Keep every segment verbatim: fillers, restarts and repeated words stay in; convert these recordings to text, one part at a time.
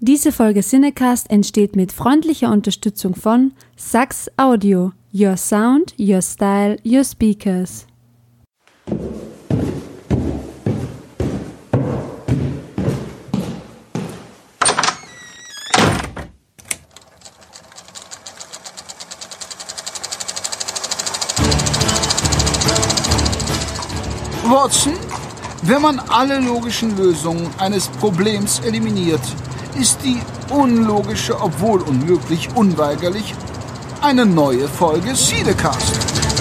Diese Folge Cinecast entsteht mit freundlicher Unterstützung von Sax Audio. Your sound, your style, your speakers. Watson, wenn man alle logischen Lösungen eines Problems eliminiert, ist die unlogische, obwohl unmöglich, unweigerlich eine neue Folge Cinecast.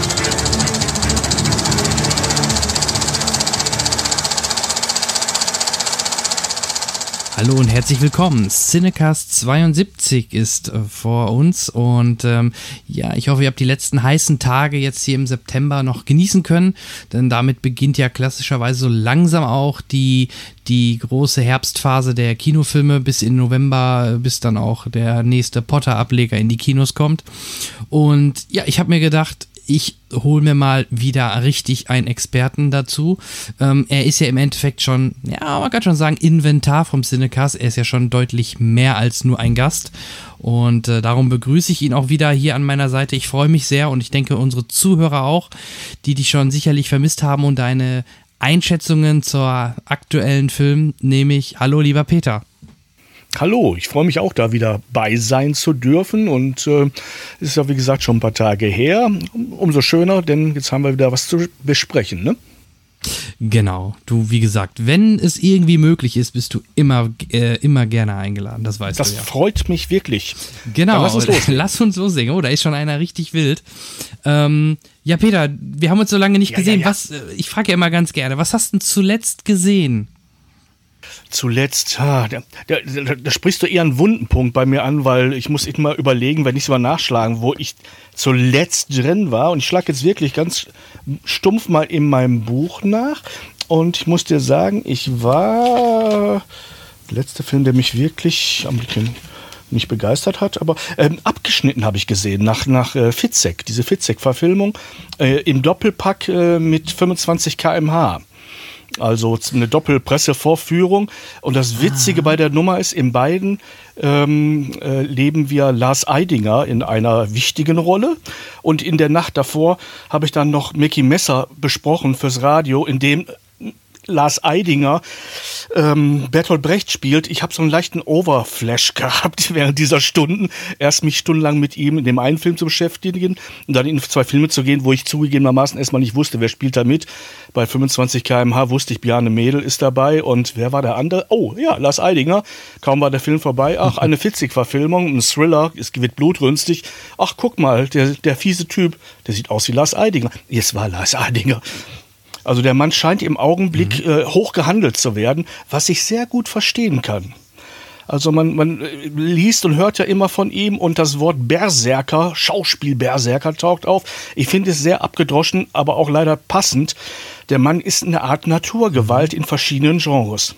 Hallo und herzlich willkommen. Cinecast zweiundsiebzig ist äh, vor uns und ähm, ja, ich hoffe, ihr habt die letzten heißen Tage jetzt hier im September noch genießen können, denn damit beginnt ja klassischerweise so langsam auch die, die große Herbstphase der Kinofilme bis in November, bis dann auch der nächste Potter-Ableger in die Kinos kommt. Und ja, ich habe mir gedacht, ich hole mir mal wieder richtig einen Experten dazu. Ähm, er ist ja im Endeffekt schon, ja, man kann schon sagen, Inventar vom Cinecast. Er ist ja schon deutlich mehr als nur ein Gast. Und äh, darum begrüße ich ihn auch wieder hier an meiner Seite. Ich freue mich sehr und ich denke, unsere Zuhörer auch, die dich schon sicherlich vermisst haben und deine Einschätzungen zur aktuellen Film, nämlich hallo, lieber Peter. Hallo, ich freue mich auch, da wieder bei sein zu dürfen und äh, es ist ja wie gesagt schon ein paar Tage her. Umso schöner, denn jetzt haben wir wieder was zu besprechen, ne? Genau, du, wie gesagt, wenn es irgendwie möglich ist, bist du immer, äh, immer gerne eingeladen, das weißt das du ja. Das freut mich wirklich. Genau, lass uns, lass uns loslegen. Oh, da ist schon einer richtig wild. Ähm, ja, Peter, wir haben uns so lange nicht ja, gesehen. Ja, ja. Was? Ich frage ja immer ganz gerne, was hast du denn zuletzt gesehen? Zuletzt, ah, da, da, da, da sprichst du eher einen wunden Punkt bei mir an, weil ich muss immer überlegen, wenn ich es mal nachschlagen, wo ich zuletzt drin war. Und ich schlage jetzt wirklich ganz stumpf mal in meinem Buch nach. Und ich muss dir sagen, ich war der letzte Film, der mich wirklich am nicht begeistert hat, aber ähm, abgeschnitten habe ich gesehen nach, nach äh, Fitzek, diese Fitzek-Verfilmung äh, im Doppelpack äh, mit fünfundzwanzig Kilometer pro Stunde. Also eine Doppelpressevorführung. Und das Witzige ah. bei der Nummer ist, in beiden ähm, äh, leben wir Lars Eidinger in einer wichtigen Rolle. Und in der Nacht davor habe ich dann noch Mickey Messer besprochen fürs Radio, in dem Lars Eidinger ähm, Bertolt Brecht spielt. Ich habe so einen leichten Overflash gehabt während dieser Stunden. Erst mich stundenlang mit ihm in dem einen Film zu beschäftigen und dann in zwei Filme zu gehen, wo ich zugegebenermaßen erstmal nicht wusste, wer spielt da mit. Bei fünfundzwanzig Kilometer pro Stunde wusste ich, Bjarne Mädel ist dabei und wer war der andere? Oh, ja, Lars Eidinger. Kaum war der Film vorbei. Ach, eine Fitzek-Verfilmung, ein Thriller, es wird blutrünstig. Ach, guck mal, der, der fiese Typ, der sieht aus wie Lars Eidinger. Es war Lars Eidinger. Also der Mann scheint im Augenblick mhm. äh, hoch gehandelt zu werden, was ich sehr gut verstehen kann. Also man, man liest und hört ja immer von ihm und das Wort Berserker, Schauspiel-Berserker taucht auf. Ich finde es sehr abgedroschen, aber auch leider passend. Der Mann ist eine Art Naturgewalt in verschiedenen Genres.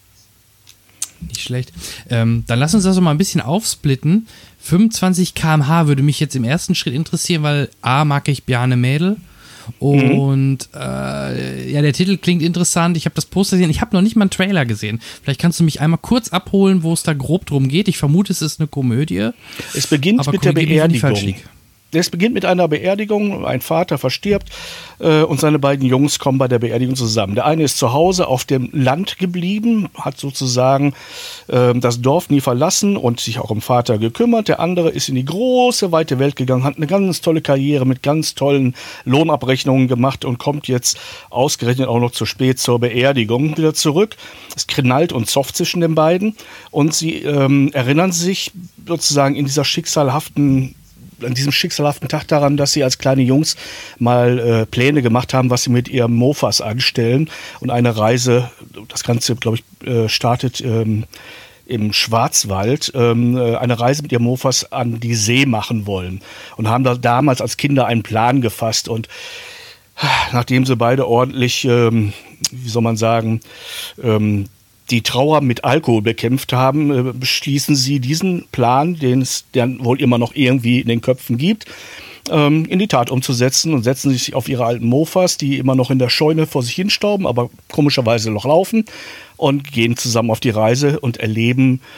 Nicht schlecht. Ähm, dann lass uns das doch mal ein bisschen aufsplitten. fünfundzwanzig Kilometer pro Stunde würde mich jetzt im ersten Schritt interessieren, weil A, mag ich Bjarne Mädel. Und mhm. äh, ja, der Titel klingt interessant. Ich habe das Poster gesehen. Ich habe noch nicht mal einen Trailer gesehen. Vielleicht kannst du mich einmal kurz abholen, wo es da grob drum geht. Ich vermute, es ist eine Komödie. Es beginnt mit der Beerdigung. Es beginnt mit einer Beerdigung, ein Vater verstirbt äh, und seine beiden Jungs kommen bei der Beerdigung zusammen. Der eine ist zu Hause auf dem Land geblieben, hat sozusagen äh, das Dorf nie verlassen und sich auch um Vater gekümmert. Der andere ist in die große, weite Welt gegangen, hat eine ganz tolle Karriere mit ganz tollen Lohnabrechnungen gemacht und kommt jetzt ausgerechnet auch noch zu spät zur Beerdigung wieder zurück. Es knallt und zofft zwischen den beiden und sie ähm, erinnern sich sozusagen in dieser schicksalhaften an diesem schicksalhaften Tag daran, dass sie als kleine Jungs mal äh, Pläne gemacht haben, was sie mit ihrem Mofas anstellen und eine Reise, das Ganze, glaube ich, äh, startet ähm, im Schwarzwald, ähm, eine Reise mit ihrem Mofas an die See machen wollen und haben da damals als Kinder einen Plan gefasst und nachdem sie beide ordentlich, ähm, wie soll man sagen, ähm, die Trauer mit Alkohol bekämpft haben, beschließen sie diesen Plan, den es dann wohl immer noch irgendwie in den Köpfen gibt, ähm, in die Tat umzusetzen und setzen sich auf ihre alten Mofas, die immer noch in der Scheune vor sich hinstauben, aber komischerweise noch laufen und gehen zusammen auf die Reise und erleben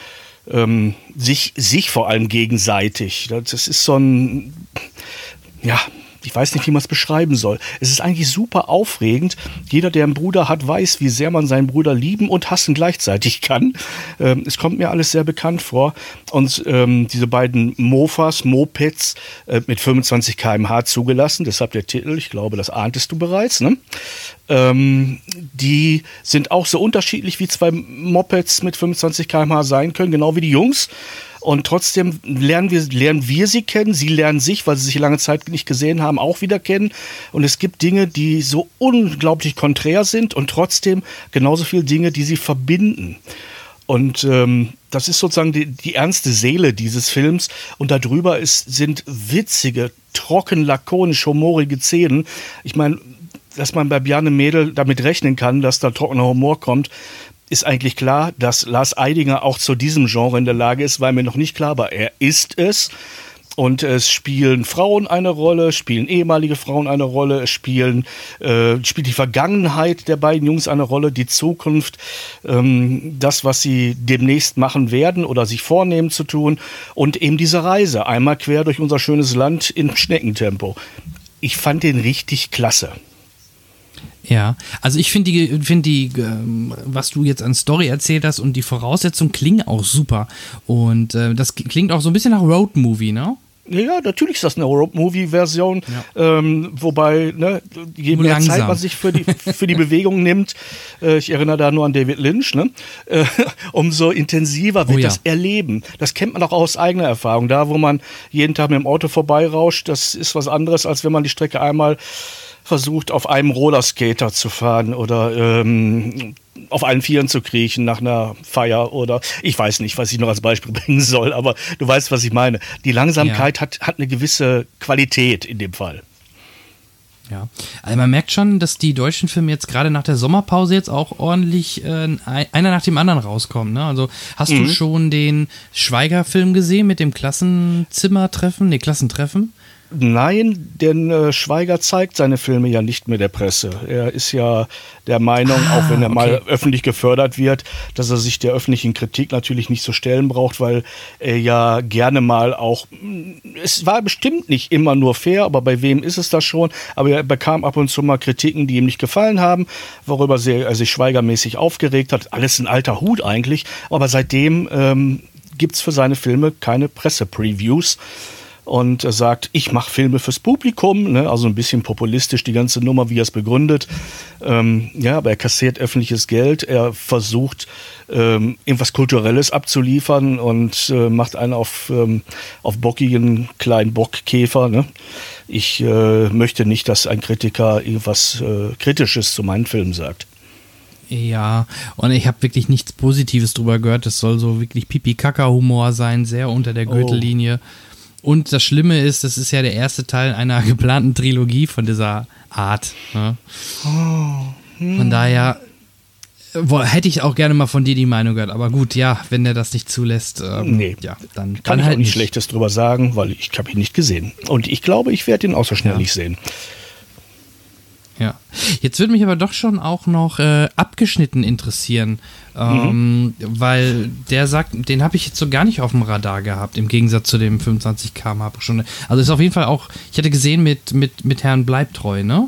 ähm, sich, sich vor allem gegenseitig. Das ist so ein, ja, ich weiß nicht, wie man es beschreiben soll. Es ist eigentlich super aufregend. Jeder, der einen Bruder hat, weiß, wie sehr man seinen Bruder lieben und hassen gleichzeitig kann. Ähm, es kommt mir alles sehr bekannt vor. Und ähm, diese beiden Mofas, Mopeds äh, mit fünfundzwanzig Kilometer pro Stunde zugelassen, deshalb der Titel, ich glaube, das ahntest du bereits, ne? Ähm, die sind auch so unterschiedlich wie zwei Mopeds mit fünfundzwanzig Kilometer pro Stunde sein können, genau wie die Jungs. Und trotzdem lernen wir, lernen wir sie kennen, sie lernen sich, weil sie sich lange Zeit nicht gesehen haben, auch wieder kennen. Und es gibt Dinge, die so unglaublich konträr sind und trotzdem genauso viele Dinge, die sie verbinden. Und ähm, das ist sozusagen die, die ernste Seele dieses Films. Und darüber ist, sind witzige, trocken, lakonisch, humorige Szenen. Ich meine, dass man bei Bjarne Mädel damit rechnen kann, dass da trockener Humor kommt, ist eigentlich klar, dass Lars Eidinger auch zu diesem Genre in der Lage ist, weil mir noch nicht klar war, er ist es. Und es spielen Frauen eine Rolle, spielen ehemalige Frauen eine Rolle, es spielen, äh, spielt die Vergangenheit der beiden Jungs eine Rolle, die Zukunft, ähm, das, was sie demnächst machen werden oder sich vornehmen zu tun und eben diese Reise, einmal quer durch unser schönes Land in Schneckentempo. Ich fand den richtig klasse. Ja, also ich finde die, find die ähm, was du jetzt an Story erzählt hast und die Voraussetzungen klingen auch super. Und äh, das klingt auch so ein bisschen nach Roadmovie, ne? Ja, natürlich ist das eine Road-Movie-Version, ja. ähm, wobei, ne, je mehr Langsam. Zeit man sich für die, für die Bewegung nimmt, äh, ich erinnere da nur an David Lynch, ne, äh, umso intensiver wird oh ja. das Erleben. Das kennt man auch aus eigener Erfahrung. Da, wo man jeden Tag mit dem Auto vorbeirauscht, das ist was anderes, als wenn man die Strecke einmal versucht, auf einem Rollerskater zu fahren oder ähm, auf allen Vieren zu kriechen nach einer Feier oder ich weiß nicht, was ich noch als Beispiel bringen soll, aber du weißt, was ich meine. Die Langsamkeit ja. hat, hat eine gewisse Qualität in dem Fall. Ja, also man merkt schon, dass die deutschen Filme jetzt gerade nach der Sommerpause jetzt auch ordentlich äh, einer nach dem anderen rauskommen. Ne? Also hast mhm. du schon den Schweiger-Film gesehen mit dem Klassenzimmertreffen, nee, Klassentreffen? Nein, denn äh, Schweiger zeigt seine Filme ja nicht mehr der Presse. Er ist ja der Meinung, ah, auch wenn er okay. mal öffentlich gefördert wird, dass er sich der öffentlichen Kritik natürlich nicht zu stellen braucht, weil er ja gerne mal auch, es war bestimmt nicht immer nur fair, aber bei wem ist es das schon, aber er bekam ab und zu mal Kritiken, die ihm nicht gefallen haben, worüber er sich schweigermäßig aufgeregt hat. Alles ein alter Hut eigentlich, aber seitdem ähm, gibt es für seine Filme keine Presse-Previews. Und er sagt, ich mache Filme fürs Publikum, ne? Also ein bisschen populistisch die ganze Nummer, wie er es begründet. Ähm, ja, aber er kassiert öffentliches Geld, er versucht ähm, irgendwas Kulturelles abzuliefern und äh, macht einen auf, ähm, auf bockigen kleinen Bockkäfer. Ne? Ich äh, möchte nicht, dass ein Kritiker irgendwas äh, Kritisches zu meinen Filmen sagt. Ja, und ich habe wirklich nichts Positives drüber gehört. Das soll so wirklich Pipi-Kaka-Humor sein, sehr unter der Gürtellinie. Oh. Und das Schlimme ist, das ist ja der erste Teil einer geplanten Trilogie von dieser Art. Ne? Oh, hm. Von daher äh, hätte ich auch gerne mal von dir die Meinung gehört. Aber gut, ja, wenn der das nicht zulässt, ähm, nee. ja, dann kann ich halt auch nicht Schlechtes drüber sagen, weil ich habe ihn nicht gesehen. Und ich glaube, ich werde ihn auch so schnell ja. nicht sehen. Ja, jetzt würde mich aber doch schon auch noch äh, abgeschnitten interessieren, ähm, mhm. weil der sagt, den habe ich jetzt so gar nicht auf dem Radar gehabt, im Gegensatz zu dem fünfundzwanzig Kilometer pro Stunde. Also ist auf jeden Fall auch, ich hatte gesehen mit, mit, mit Herrn Bleibtreu, ne?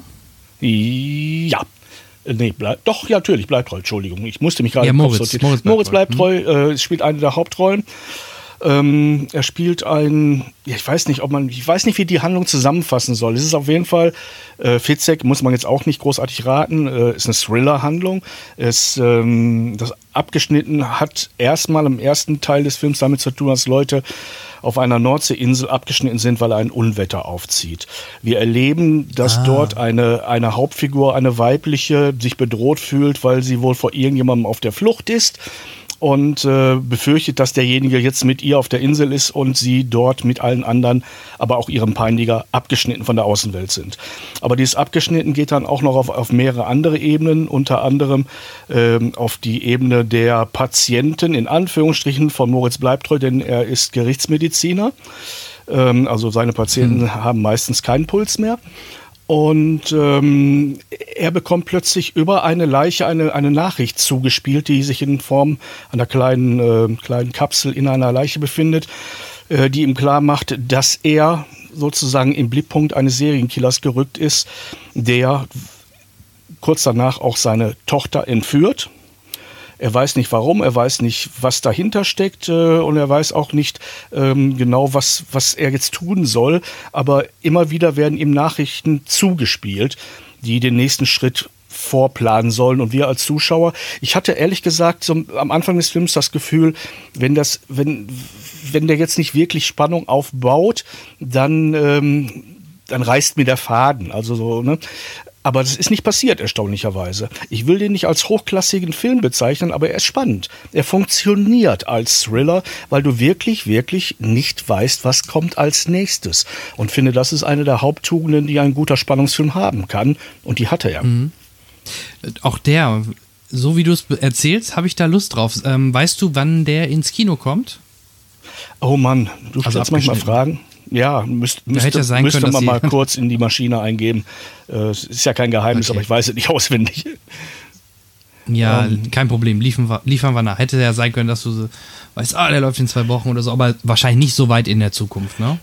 Ja. Nee, bleib, doch, ja, natürlich, Bleibtreu, Entschuldigung. Ich musste mich gerade ja, Moritz, Moritz, Moritz Bleibtreu mhm. äh, spielt eine der Hauptrollen. Ähm, er spielt ein, ja, ich weiß nicht, ob man, ich weiß nicht, wie die Handlung zusammenfassen soll. Es ist auf jeden Fall, äh, Fitzek muss man jetzt auch nicht großartig raten, äh, ist eine Thriller-Handlung. Es, ähm, das abgeschnitten hat erstmal im ersten Teil des Films damit zu tun, dass Leute auf einer Nordseeinsel abgeschnitten sind, weil ein Unwetter aufzieht. Wir erleben, dass ah. dort eine, eine Hauptfigur, eine weibliche, sich bedroht fühlt, weil sie wohl vor irgendjemandem auf der Flucht ist. Und äh, befürchtet, dass derjenige jetzt mit ihr auf der Insel ist und sie dort mit allen anderen, aber auch ihrem Peiniger, abgeschnitten von der Außenwelt sind. Aber dieses Abgeschnitten geht dann auch noch auf, auf mehrere andere Ebenen, unter anderem ähm, auf die Ebene der Patienten, in Anführungsstrichen, von Moritz Bleibtreu, denn er ist Gerichtsmediziner. Ähm, also seine Patienten hm. haben meistens keinen Puls mehr. Und ähm, er bekommt plötzlich über eine Leiche eine, eine Nachricht zugespielt, die sich in Form einer kleinen, äh, kleinen Kapsel in einer Leiche befindet, äh, die ihm klar macht, dass er sozusagen im Blickpunkt eines Serienkillers gerückt ist, der kurz danach auch seine Tochter entführt. Er weiß nicht warum, er weiß nicht, was dahinter steckt äh, und er weiß auch nicht ähm, genau, was, was er jetzt tun soll. Aber immer wieder werden ihm Nachrichten zugespielt, die den nächsten Schritt vorplanen sollen. Und wir als Zuschauer, ich hatte ehrlich gesagt so am Anfang des Films das Gefühl, wenn, das, wenn, wenn der jetzt nicht wirklich Spannung aufbaut, dann, ähm, dann reißt mir der Faden. Also so, ne? Aber das ist nicht passiert, erstaunlicherweise. Ich will den nicht als hochklassigen Film bezeichnen, aber er ist spannend. Er funktioniert als Thriller, weil du wirklich, wirklich nicht weißt, was kommt als nächstes. Und finde, das ist eine der Haupttugenden, die ein guter Spannungsfilm haben kann. Und die hat er ja. Mhm. Auch der, so wie du es erzählst, habe ich da Lust drauf. Ähm, weißt du, wann der ins Kino kommt? Oh Mann, du also stellst manchmal Fragen. Ja, müsst, müsste, hätte sein müsste können, man mal sie kurz in die Maschine eingeben. Äh, es ist ja kein Geheimnis, Okay. aber ich weiß es nicht auswendig. Ja, Ähm. kein Problem, liefern wir, liefern wir nach. Hätte ja sein können, dass du so weißt, ah, der läuft in zwei Wochen oder so, aber wahrscheinlich nicht so weit in der Zukunft, ne?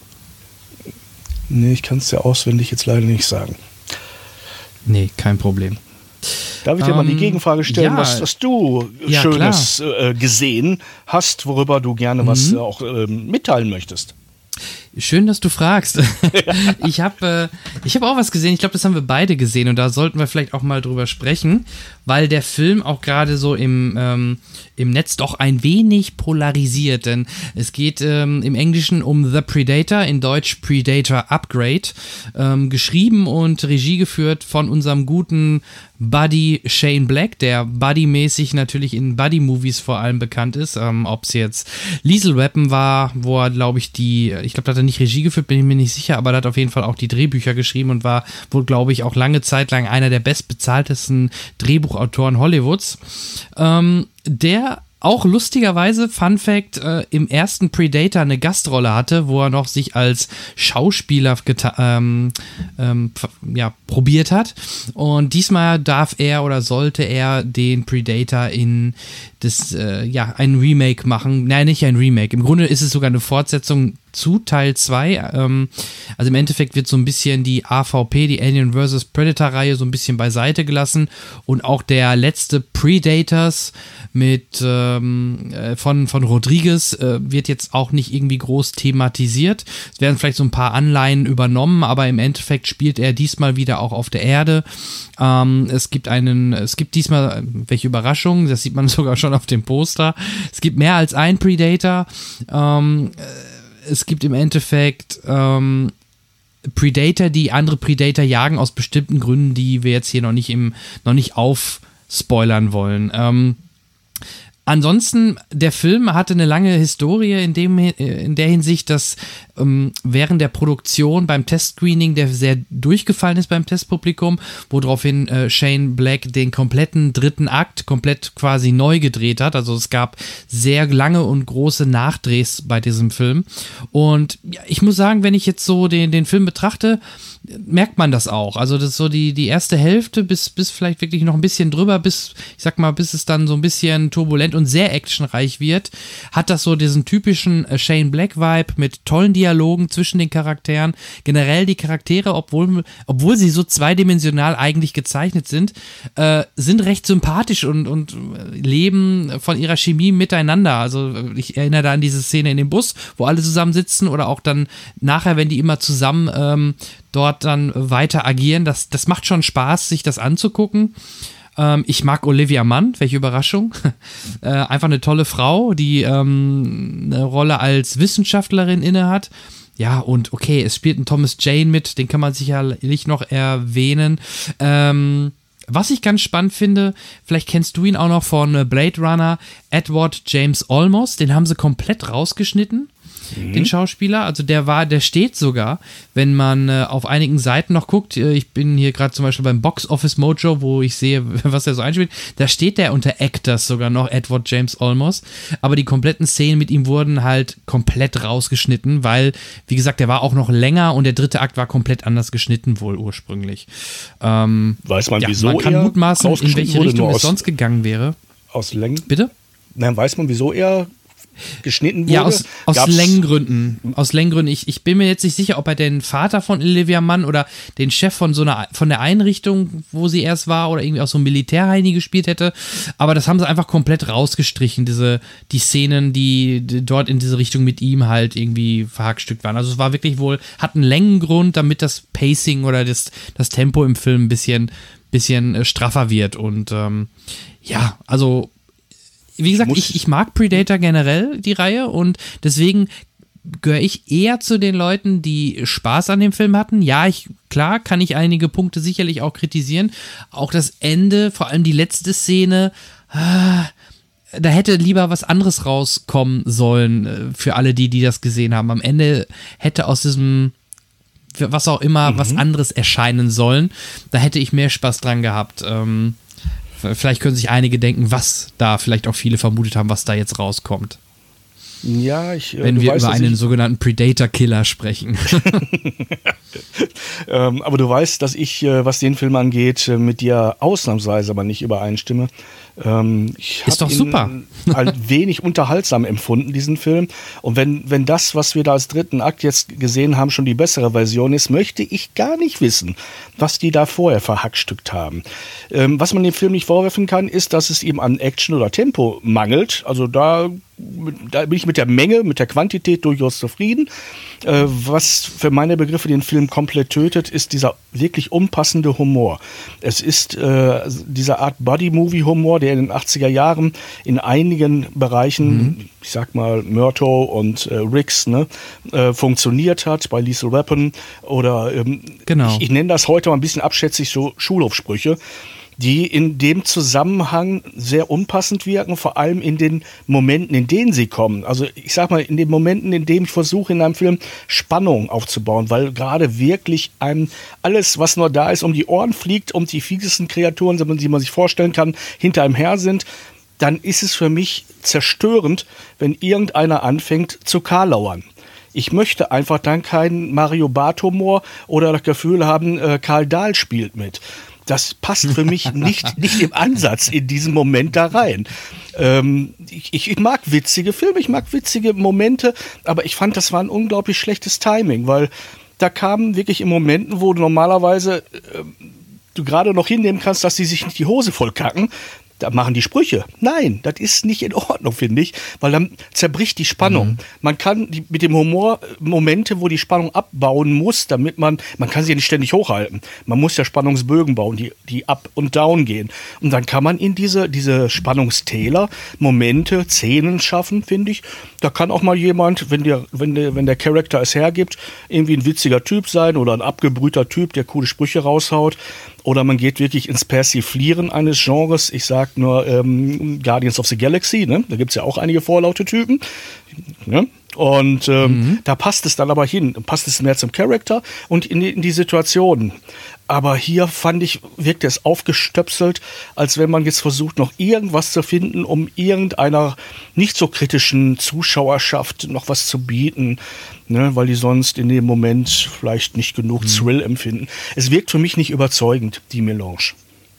Nee, ich kann es dir auswendig jetzt leider nicht sagen. Nee, kein Problem. Darf ich dir mal die Ähm, Gegenfrage stellen, ja. was, was du Ja, Schönes äh, gesehen hast, worüber du gerne was Mhm. äh, auch ähm, mitteilen möchtest? Schön, dass du fragst. Ich habe äh, ich hab auch was gesehen. Ich glaube, das haben wir beide gesehen und da sollten wir vielleicht auch mal drüber sprechen, weil der Film auch gerade so im, ähm, im Netz doch ein wenig polarisiert, denn es geht ähm, im Englischen um The Predator, in Deutsch Predator Upgrade, ähm, geschrieben und Regie geführt von unserem guten Buddy Shane Black, der Buddy-mäßig natürlich in Buddy-Movies vor allem bekannt ist, ähm, ob es jetzt Lethal Weapon war, wo er, glaube ich, die, ich glaube, da hat er nicht Regie geführt, bin ich mir nicht sicher, aber er hat auf jeden Fall auch die Drehbücher geschrieben und war wohl, glaube ich, auch lange Zeit lang einer der bestbezahltesten Drehbuchautoren Hollywoods. Ähm, der auch lustigerweise, Fun Fact, äh, im ersten Predator eine Gastrolle hatte, wo er noch sich als Schauspieler geta- ähm, ähm, ja, probiert hat. Und diesmal darf er oder sollte er den Predator in das, äh, ja, ein Remake machen. Nein, nicht ein Remake. Im Grunde ist es sogar eine Fortsetzung zu Teil zwei. Ähm, also im Endeffekt wird so ein bisschen die A V P, die Alien versus. Predator-Reihe, so ein bisschen beiseite gelassen. Und auch der letzte Predators mit ähm, äh, von, von Rodriguez äh, wird jetzt auch nicht irgendwie groß thematisiert. Es werden vielleicht so ein paar Anleihen übernommen, aber im Endeffekt spielt er diesmal wieder auch auf der Erde. Ähm, es gibt einen, es gibt diesmal, welche Überraschung, das sieht man sogar schon auf dem Poster. Es gibt mehr als ein Predator. Ähm, es gibt im Endeffekt ähm, Predator, die andere Predator jagen aus bestimmten Gründen, die wir jetzt hier noch nicht im, noch nicht aufspoilern wollen. Ähm, Ansonsten, der Film hatte eine lange Historie in, dem, in der Hinsicht, dass ähm, während der Produktion beim Testscreening, der sehr durchgefallen ist beim Testpublikum, woraufhin äh, Shane Black den kompletten dritten Akt komplett quasi neu gedreht hat. Also es gab sehr lange und große Nachdrehs bei diesem Film. Und ja, ich muss sagen, wenn ich jetzt so den, den Film betrachte, merkt man das auch. Also das ist so die, die erste Hälfte bis, bis vielleicht wirklich noch ein bisschen drüber, bis, ich sag mal, bis es dann so ein bisschen turbulent und sehr actionreich wird, hat das so diesen typischen äh, Shane Black-Vibe mit tollen Dialogen zwischen den Charakteren. Generell die Charaktere, obwohl, obwohl sie so zweidimensional eigentlich gezeichnet sind, äh, sind recht sympathisch und, und leben von ihrer Chemie miteinander. Also ich erinnere da an diese Szene in dem Bus, wo alle zusammen sitzen oder auch dann nachher, wenn die immer zusammen ähm, dort dann weiter agieren. Das, das macht schon Spaß, sich das anzugucken. Ähm, ich mag Olivia Munn, welche Überraschung. äh, einfach eine tolle Frau, die ähm, eine Rolle als Wissenschaftlerin innehat. Ja, und okay, es spielt ein Thomas Jane mit, den kann man sicherlich noch erwähnen. Ähm, was ich ganz spannend finde, vielleicht kennst du ihn auch noch von Blade Runner, Edward James Olmos, den haben sie komplett rausgeschnitten. mhm. den Schauspieler. Also der war, der steht sogar, wenn man äh, auf einigen Seiten noch guckt, äh, ich bin hier gerade zum Beispiel beim Box Office Mojo, wo ich sehe, was er so einspielt, da steht der unter Actors sogar noch, Edward James Olmos. Aber die kompletten Szenen mit ihm wurden halt komplett rausgeschnitten, weil, wie gesagt, der war auch noch länger und der dritte Akt war komplett anders geschnitten wohl ursprünglich. Ähm, weiß man, ja, wieso man kann er mutmaßen, in welche wurde, Richtung es aus, sonst gegangen wäre. Aus Längen? Bitte? Nein, weiß man, wieso er geschnitten wurde? Ja, aus, aus Gab's Längengründen. Aus Längengründen. Ich, ich bin mir jetzt nicht sicher, ob er den Vater von Olivia Munn oder den Chef von so einer, von der Einrichtung, wo sie erst war, oder irgendwie auch so ein Militärheini gespielt hätte. Aber das haben sie einfach komplett rausgestrichen, diese, die Szenen, die, die dort in diese Richtung mit ihm halt irgendwie verhackstückt waren. Also es war wirklich wohl, hat einen Längengrund, damit das Pacing oder das, das Tempo im Film ein bisschen, bisschen straffer wird. Und ähm, ja, also wie gesagt, ich, ich mag Predator generell, die Reihe, und deswegen gehöre ich eher zu den Leuten, die Spaß an dem Film hatten. Ja, ich, klar, kann ich einige Punkte sicherlich auch kritisieren. Auch das Ende, vor allem die letzte Szene, ah, da hätte lieber was anderes rauskommen sollen für alle die, die das gesehen haben. Am Ende hätte aus diesem, was auch immer, mhm. was anderes erscheinen sollen. Da hätte ich mehr Spaß dran gehabt. Ähm, Vielleicht können sich einige denken, was da vielleicht auch viele vermutet haben, was da jetzt rauskommt. Ja, ich. Wenn wir weißt, über einen sogenannten Predator-Killer sprechen. ähm, aber du weißt, dass ich, was den Film angeht, mit dir ausnahmsweise aber nicht übereinstimme. Ähm, ich ist doch ihn super. Ein wenig unterhaltsam empfunden, diesen Film. Und wenn, wenn das, was wir da als dritten Akt jetzt gesehen haben, schon die bessere Version ist, möchte ich gar nicht wissen, was die da vorher verhackstückt haben. Ähm, was man dem Film nicht vorwerfen kann, ist, dass es ihm an Action oder Tempo mangelt. Also da, da bin ich mit der Menge, mit der Quantität durchaus zufrieden. Äh, was für meine Begriffe den Film komplett tötet, ist dieser wirklich unpassende Humor. Es ist äh, diese Art Buddy-Movie-Humor, der in den achtziger Jahren in einigen Bereichen, mhm. ich sag mal Murtaugh und äh, Riggs, ne, äh, funktioniert hat, bei Lethal Weapon oder ähm, genau. ich, ich nenne das heute mal ein bisschen abschätzig so Schulhofsprüche, die in dem Zusammenhang sehr unpassend wirken, vor allem in den Momenten, in denen sie kommen. Also ich sag mal, in den Momenten, in denen ich versuche, in einem Film Spannung aufzubauen, weil gerade wirklich einem alles, was nur da ist, um die Ohren fliegt und die fiesesten Kreaturen, die man sich vorstellen kann, hinter einem her sind, dann ist es für mich zerstörend, wenn irgendeiner anfängt zu karlauern. Ich möchte einfach dann keinen Mario Barth-Humor oder das Gefühl haben, äh, Karl Dahl spielt mit. Das passt für mich nicht, nicht im Ansatz in diesen Moment da rein. Ähm, ich, ich mag witzige Filme, ich mag witzige Momente, aber ich fand, das war ein unglaublich schlechtes Timing, weil da kamen wirklich in Momenten, wo du normalerweise äh, du gerade noch hinnehmen kannst, dass die sich nicht die Hose voll kacken, da machen die Sprüche. Nein, das ist nicht in Ordnung, finde ich, weil dann zerbricht die Spannung. Mhm. Man kann die, mit dem Humor Momente, wo die Spannung abbauen muss, damit man, man kann sie ja nicht ständig hochhalten. Man muss ja Spannungsbögen bauen, die, die up und down gehen. Und dann kann man in diese, diese Spannungstäler Momente, Szenen schaffen, finde ich. Da kann auch mal jemand, wenn der, wenn der, wenn der Charakter es hergibt, irgendwie ein witziger Typ sein oder ein abgebrühter Typ, der coole Sprüche raushaut. Oder man geht wirklich ins Persiflieren eines Genres. Ich sag nur ähm, Guardians of the Galaxy, ne? Da gibt's ja auch einige vorlaute Typen. Ne? Und ähm, mhm. da passt es dann aber hin. Passt es mehr zum Charakter und in die, in die Situation. Aber hier fand ich, wirkte es aufgestöpselt, als wenn man jetzt versucht, noch irgendwas zu finden, um irgendeiner nicht so kritischen Zuschauerschaft noch was zu bieten, ne, weil die sonst in dem Moment vielleicht nicht genug mhm. Thrill empfinden. Es wirkt für mich nicht überzeugend, die Melange.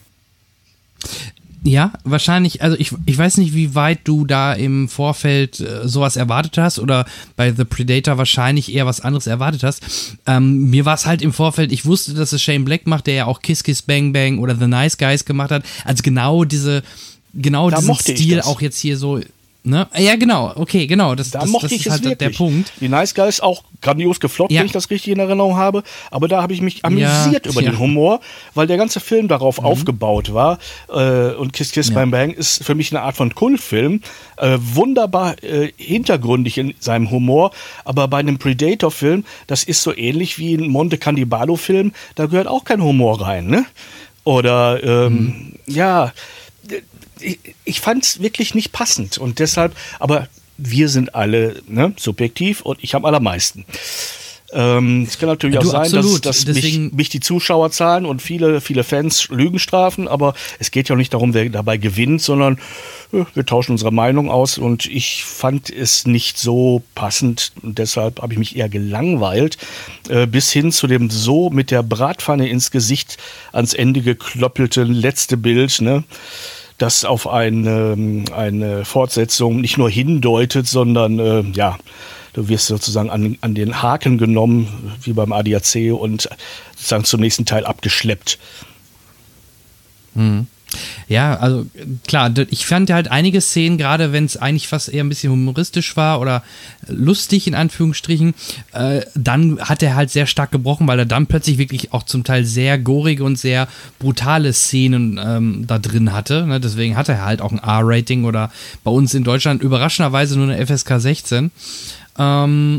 Ja, wahrscheinlich, also ich, ich weiß nicht, wie weit du da im Vorfeld äh, sowas erwartet hast oder bei The Predator wahrscheinlich eher was anderes erwartet hast. Ähm, mir war es halt im Vorfeld, ich wusste, dass es Shane Black macht, der ja auch Kiss Kiss Bang Bang oder The Nice Guys gemacht hat. Also genau diese, genau da diesen Stil auch jetzt hier so. Ne? Ja, genau, okay, genau, das, da das, mochte das ich ist halt es der Punkt. Die Nice Guys auch grandios gefloppt, ja. wenn ich das richtig in Erinnerung habe, aber da habe ich mich amüsiert ja, über ja. den Humor, weil der ganze Film darauf mhm. aufgebaut war äh, und Kiss Kiss ja. Bang Bang ist für mich eine Art von Kultfilm, äh, wunderbar äh, hintergründig in seinem Humor, aber bei einem Predator-Film, das ist so ähnlich wie ein Monte Cannibalo-Film, da gehört auch kein Humor rein, ne? Oder, ähm, mhm. ja, ich, ich fand es wirklich nicht passend und deshalb, aber wir sind alle ne, subjektiv und ich am allermeisten. Ähm, es kann natürlich auch du, sein, absolut. dass, dass Deswegen mich, mich die Zuschauerzahlen und viele, viele Fans Lügen strafen, aber es geht ja auch nicht darum, wer dabei gewinnt, sondern äh, wir tauschen unsere Meinung aus und ich fand es nicht so passend und deshalb habe ich mich eher gelangweilt, äh, bis hin zu dem so mit der Bratpfanne ins Gesicht ans Ende gekloppelte letzte Bild, ne? Das auf eine, eine Fortsetzung nicht nur hindeutet, sondern äh, ja, du wirst sozusagen an, an den Haken genommen, wie beim A D A C und sozusagen zum nächsten Teil abgeschleppt. Mhm. Ja, also klar, ich fand halt einige Szenen, gerade wenn es eigentlich fast eher ein bisschen humoristisch war oder lustig in Anführungsstrichen, äh, dann hat er halt sehr stark gebrochen, weil er dann plötzlich wirklich auch zum Teil sehr gorige und sehr brutale Szenen ähm, da drin hatte. Ne? Deswegen hat er halt auch ein R-Rating oder bei uns in Deutschland überraschenderweise nur eine F S K sechzehn. Ähm,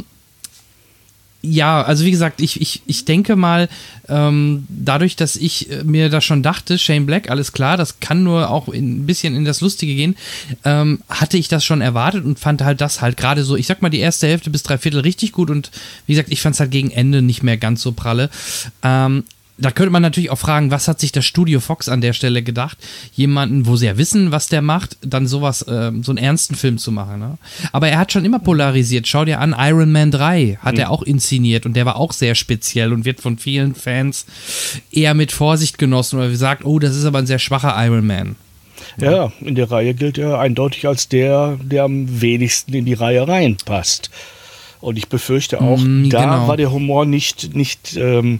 ja, also wie gesagt, ich, ich, ich denke mal, ähm, dadurch, dass ich mir da schon dachte, Shane Black, alles klar, das kann nur auch in, ein bisschen in das Lustige gehen, ähm, hatte ich das schon erwartet und fand halt das halt gerade so, ich sag mal, die erste Hälfte bis drei Viertel richtig gut und wie gesagt, ich fand es halt gegen Ende nicht mehr ganz so pralle. Ähm, Da könnte man natürlich auch fragen, was hat sich das Studio Fox an der Stelle gedacht, jemanden, wo sie ja wissen, was der macht, dann sowas, äh, so einen ernsten Film zu machen. Ne? Aber er hat schon immer polarisiert. Schau dir an, Iron Man drei hat mhm. er auch inszeniert und der war auch sehr speziell und wird von vielen Fans eher mit Vorsicht genossen oder gesagt, oh, das ist aber ein sehr schwacher Iron Man. Ja, in der Reihe gilt er eindeutig als der, der am wenigsten in die Reihe reinpasst. Und ich befürchte auch, mm, da genau. war der Humor nicht, nicht ähm,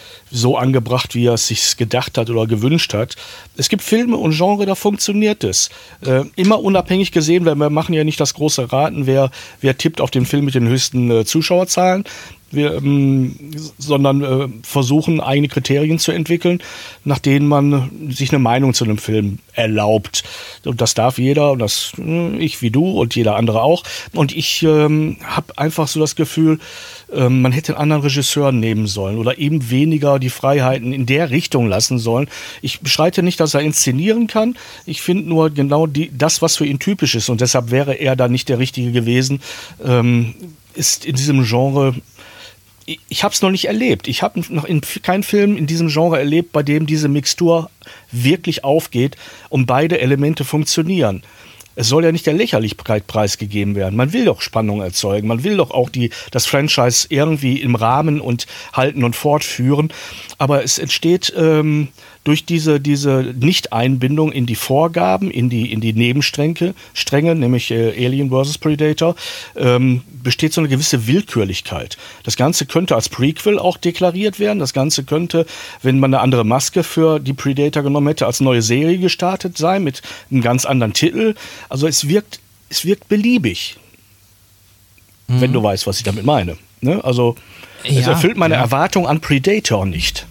so angebracht, wie er es sich gedacht hat oder gewünscht hat. Es gibt Filme und Genre, da funktioniert es. Äh, immer unabhängig gesehen, weil wir machen ja nicht das große Raten, wer, wer tippt auf den Film mit den höchsten äh, Zuschauerzahlen. Wir, ähm, sondern äh, versuchen, eigene Kriterien zu entwickeln, nach denen man sich eine Meinung zu einem Film erlaubt. Und das darf jeder, und das äh, ich wie du und jeder andere auch. Und ich ähm, habe einfach so das Gefühl, äh, man hätte einen anderen Regisseur nehmen sollen oder eben weniger die Freiheiten in der Richtung lassen sollen. Ich bestreite nicht, dass er inszenieren kann. Ich finde nur genau die, das, was für ihn typisch ist. Und deshalb wäre er da nicht der Richtige gewesen, ähm, ist in diesem Genre. Ich habe es noch nicht erlebt. Ich habe noch in keinen Film in diesem Genre erlebt, bei dem diese Mixtur wirklich aufgeht und beide Elemente funktionieren. Es soll ja nicht der Lächerlichkeit preisgegeben werden. Man will doch Spannung erzeugen. Man will doch auch die, das Franchise irgendwie im Rahmen und halten und fortführen. Aber es entsteht ähm, durch diese, diese Nicht-Einbindung in die Vorgaben, in die, in die Nebenstränge, Stränge, nämlich äh, Alien versus. Predator, ähm, besteht so eine gewisse Willkürlichkeit. Das Ganze könnte als Prequel auch deklariert werden. Das Ganze könnte, wenn man eine andere Maske für die Predator genommen hätte, als neue Serie gestartet sein mit einem ganz anderen Titel. Also es wirkt, es wirkt beliebig, mhm. wenn du weißt, was ich damit meine. Ne? Also ja, es erfüllt meine ja. Erwartung an Predator nicht.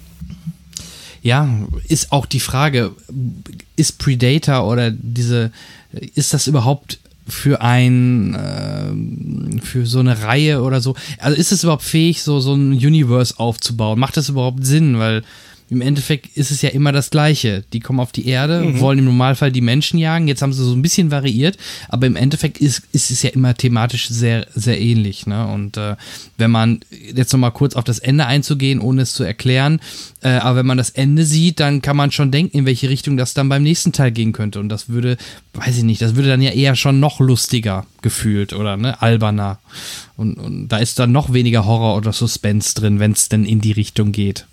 Ja, ist auch die Frage, ist Predator oder diese, ist das überhaupt für ein, äh, für so eine Reihe oder so, also ist es überhaupt fähig, so, so ein Universe aufzubauen? Macht das überhaupt Sinn? Weil im Endeffekt ist es ja immer das Gleiche. Die kommen auf die Erde, mhm. wollen im Normalfall die Menschen jagen. Jetzt haben sie so ein bisschen variiert, aber im Endeffekt ist, ist es ja immer thematisch sehr, sehr ähnlich. Ne? Und äh, wenn man jetzt nochmal kurz auf das Ende einzugehen, ohne es zu erklären, äh, aber wenn man das Ende sieht, dann kann man schon denken, in welche Richtung das dann beim nächsten Teil gehen könnte. Und das würde, weiß ich nicht, das würde dann ja eher schon noch lustiger gefühlt oder ne, alberner. Und, und da ist dann noch weniger Horror oder Suspense drin, wenn es denn in die Richtung geht.